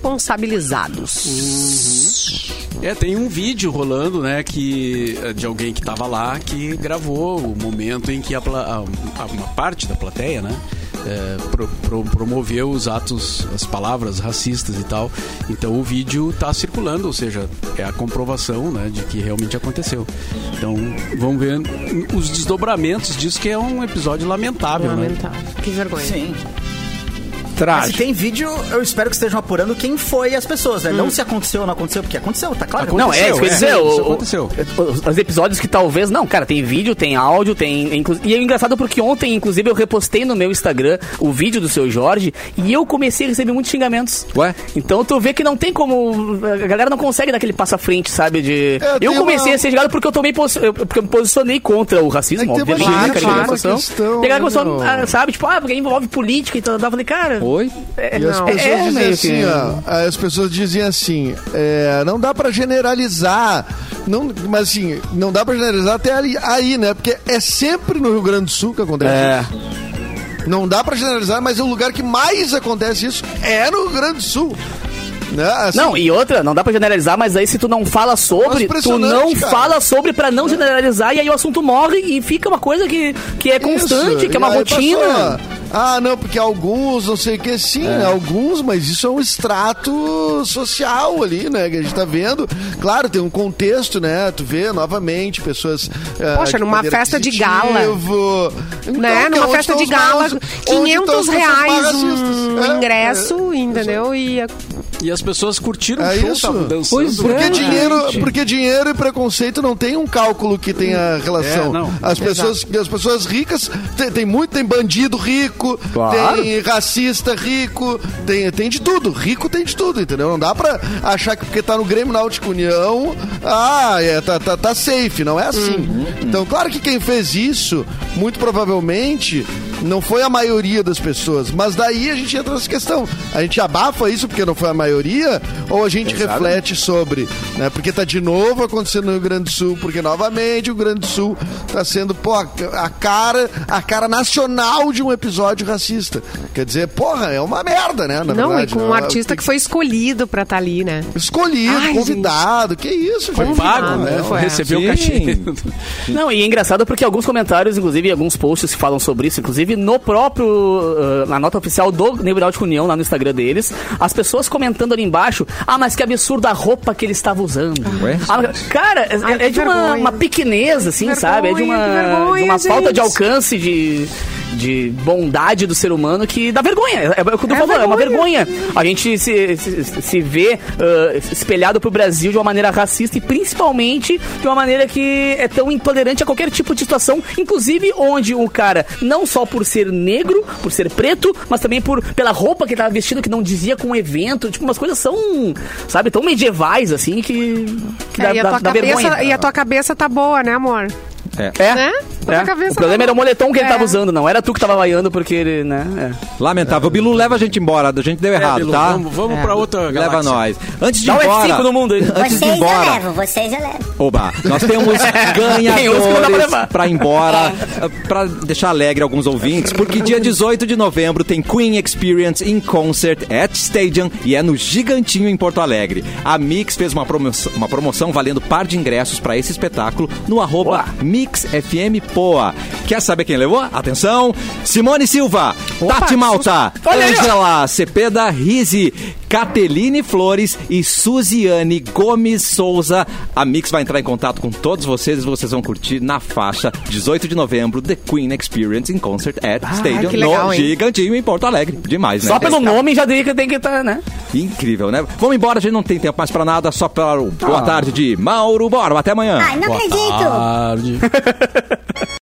responsabilizados. É, tem um vídeo rolando, né, que, de alguém que tava lá, que gravou o momento em que a, pla- a- a- uma parte da plateia, né, é, pro- pro- promoveu os atos, as palavras racistas e tal. Então o vídeo tá circulando, ou seja, é a comprovação, né, de que realmente aconteceu. Então vamos ver os desdobramentos disso, que é um episódio lamentável, né? Lamentável. Que vergonha. Sim. Mas se Trágico. tem vídeo, eu espero que estejam apurando quem foi as pessoas, né? Não se aconteceu ou não aconteceu, porque aconteceu, tá claro. que Não, é isso que eu ia dizer. é, o- isso o- aconteceu. Os, os episódios que talvez. Não, cara, tem vídeo, tem áudio, tem. inclu- E é engraçado porque ontem, inclusive, eu repostei no meu Instagram o vídeo do seu Jorge e eu comecei a receber muitos xingamentos. Ué? Então tu vê que não tem como. A galera não consegue dar aquele passo à frente, sabe? De. É, tem eu comecei uma- a ser xingado porque eu tomei posi- eu- porque eu me posicionei contra o racismo, É que tem uma- obviamente, claro, né, cara, claro. manifestação. Uma questão, E a galera começou, não. a- sabe, tipo, ah, porque envolve política e tal. Eu falei, cara. Oi? é- E as Não. pessoas É, dizem meio assim, que- ó, as pessoas dizem assim, é, não dá pra generalizar, não, mas assim, não dá pra generalizar até ali, aí, né? Porque é sempre no Rio Grande do Sul que acontece É. isso. Não dá pra generalizar, mas o lugar que mais acontece isso é no Rio Grande do Sul. Né? Assim, Não, e outra, não dá pra generalizar, mas aí se tu não fala sobre, tu impressionante, não cara. fala sobre pra não generalizar, e aí o assunto morre e fica uma coisa que, que é constante, isso, que é uma e aí rotina. passou, ah, não, porque alguns, não sei o que, sim, alguns, mas isso é um extrato social ali, né, que a gente tá vendo. Claro, tem um contexto, né, tu vê novamente pessoas... ah, Poxa, numa poder festa de aquisitivo. Então, Né? que é Numa onde festa estão de os gala, mais- onde quinhentos estão as pessoas mais reais racistas. um É, ingresso, é, entendeu? E a- E as pessoas curtiram É o show, isso. estavam dançando. Pois é. Porque Ah, dinheiro, gente. porque dinheiro e preconceito não tem um cálculo que tenha relação. É, não. As pessoas, as pessoas ricas tem, tem muito, tem bandido rico, Claro. tem racista rico, tem, tem de tudo. Rico tem de tudo, entendeu? Não dá pra achar que porque tá no Grêmio Náutico União, ah, é, tá, tá, tá safe, não é assim. Então, claro que quem fez isso, muito provavelmente, Não foi a maioria das pessoas. Mas daí a gente entra nessa questão. A gente abafa isso porque não foi a maioria, ou a gente Exato. reflete sobre, né? Porque tá de novo acontecendo no Rio Grande do Sul, porque novamente o Rio Grande do Sul tá sendo, pô, a cara, a cara nacional de um episódio racista. Quer dizer, porra, é uma merda, né? Na não, verdade, e com né? um artista que foi escolhido pra estar tá ali, né? Escolhido, Ai, convidado, gente. Que isso, foi gente? pago, né? Foi. Recebeu o cachê. Não, e é engraçado porque alguns comentários, inclusive alguns posts que falam sobre isso, inclusive no próprio, uh, na nota oficial do Neuráutica União, lá no Instagram deles, as pessoas comentando ali embaixo, ah, mas que absurdo a roupa que ele estava usando. Ah, cara, Ai, é, é de uma, uma pequenez, assim, vergonha, sabe? É de uma, vergonha, de uma falta de alcance, de... de bondade do ser humano que dá vergonha. É, é o que eu tô é falando, vergonha. É uma vergonha. A gente se, se, se vê uh, espelhado pro Brasil de uma maneira racista e principalmente de uma maneira que é tão intolerante a qualquer tipo de situação, inclusive onde o cara, não só por ser negro, por ser preto, mas também por, pela roupa que ele tava vestindo, que não dizia com o evento, tipo, umas coisas são, sabe, tão medievais, assim, que, que é, dá, e a dá, tua dá cabeça, vergonha. E a tua cabeça tá boa, né, amor? É. É, né? é. O problema era o moletom que é. ele tava usando, não era tu que tava vaiando porque ele, né? É. Lamentável. O Bilu leva a gente embora, a gente deu errado, é, Bilu, tá? Vamos, vamos é. pra outra galáxia. Leva nós. Antes de ir Dá embora... um F cinco no mundo. Antes vocês de ir embora... eu levo, vocês eu levo. Oba, nós temos ganhadores pra, pra ir embora, pra deixar alegre alguns ouvintes, porque dia dezoito de novembro tem Queen Experience in Concert at Stadium e é no Gigantinho em Porto Alegre. A Mix fez uma promoção, uma promoção valendo par de ingressos pra esse espetáculo no arroba Mix F M Poa. Quer saber quem levou? Atenção! Simone Silva, Opa, Tati Malta, Ângela Cepeda Rizzi, Cateline Flores e Suziane Gomes Souza. A Mix vai entrar em contato com todos vocês e vocês vão curtir na faixa dezoito de novembro The Queen Experience in Concert at ah, Stadium legal, no hein? Gigantinho em Porto Alegre. Demais, né? Só pelo nome já tem que tem que estar, né? Incrível, né? Vamos embora, a gente não tem tempo mais pra nada, só para o boa ah. tarde de Mauro Borba. Até amanhã. Ai, não boa acredito. Tarde.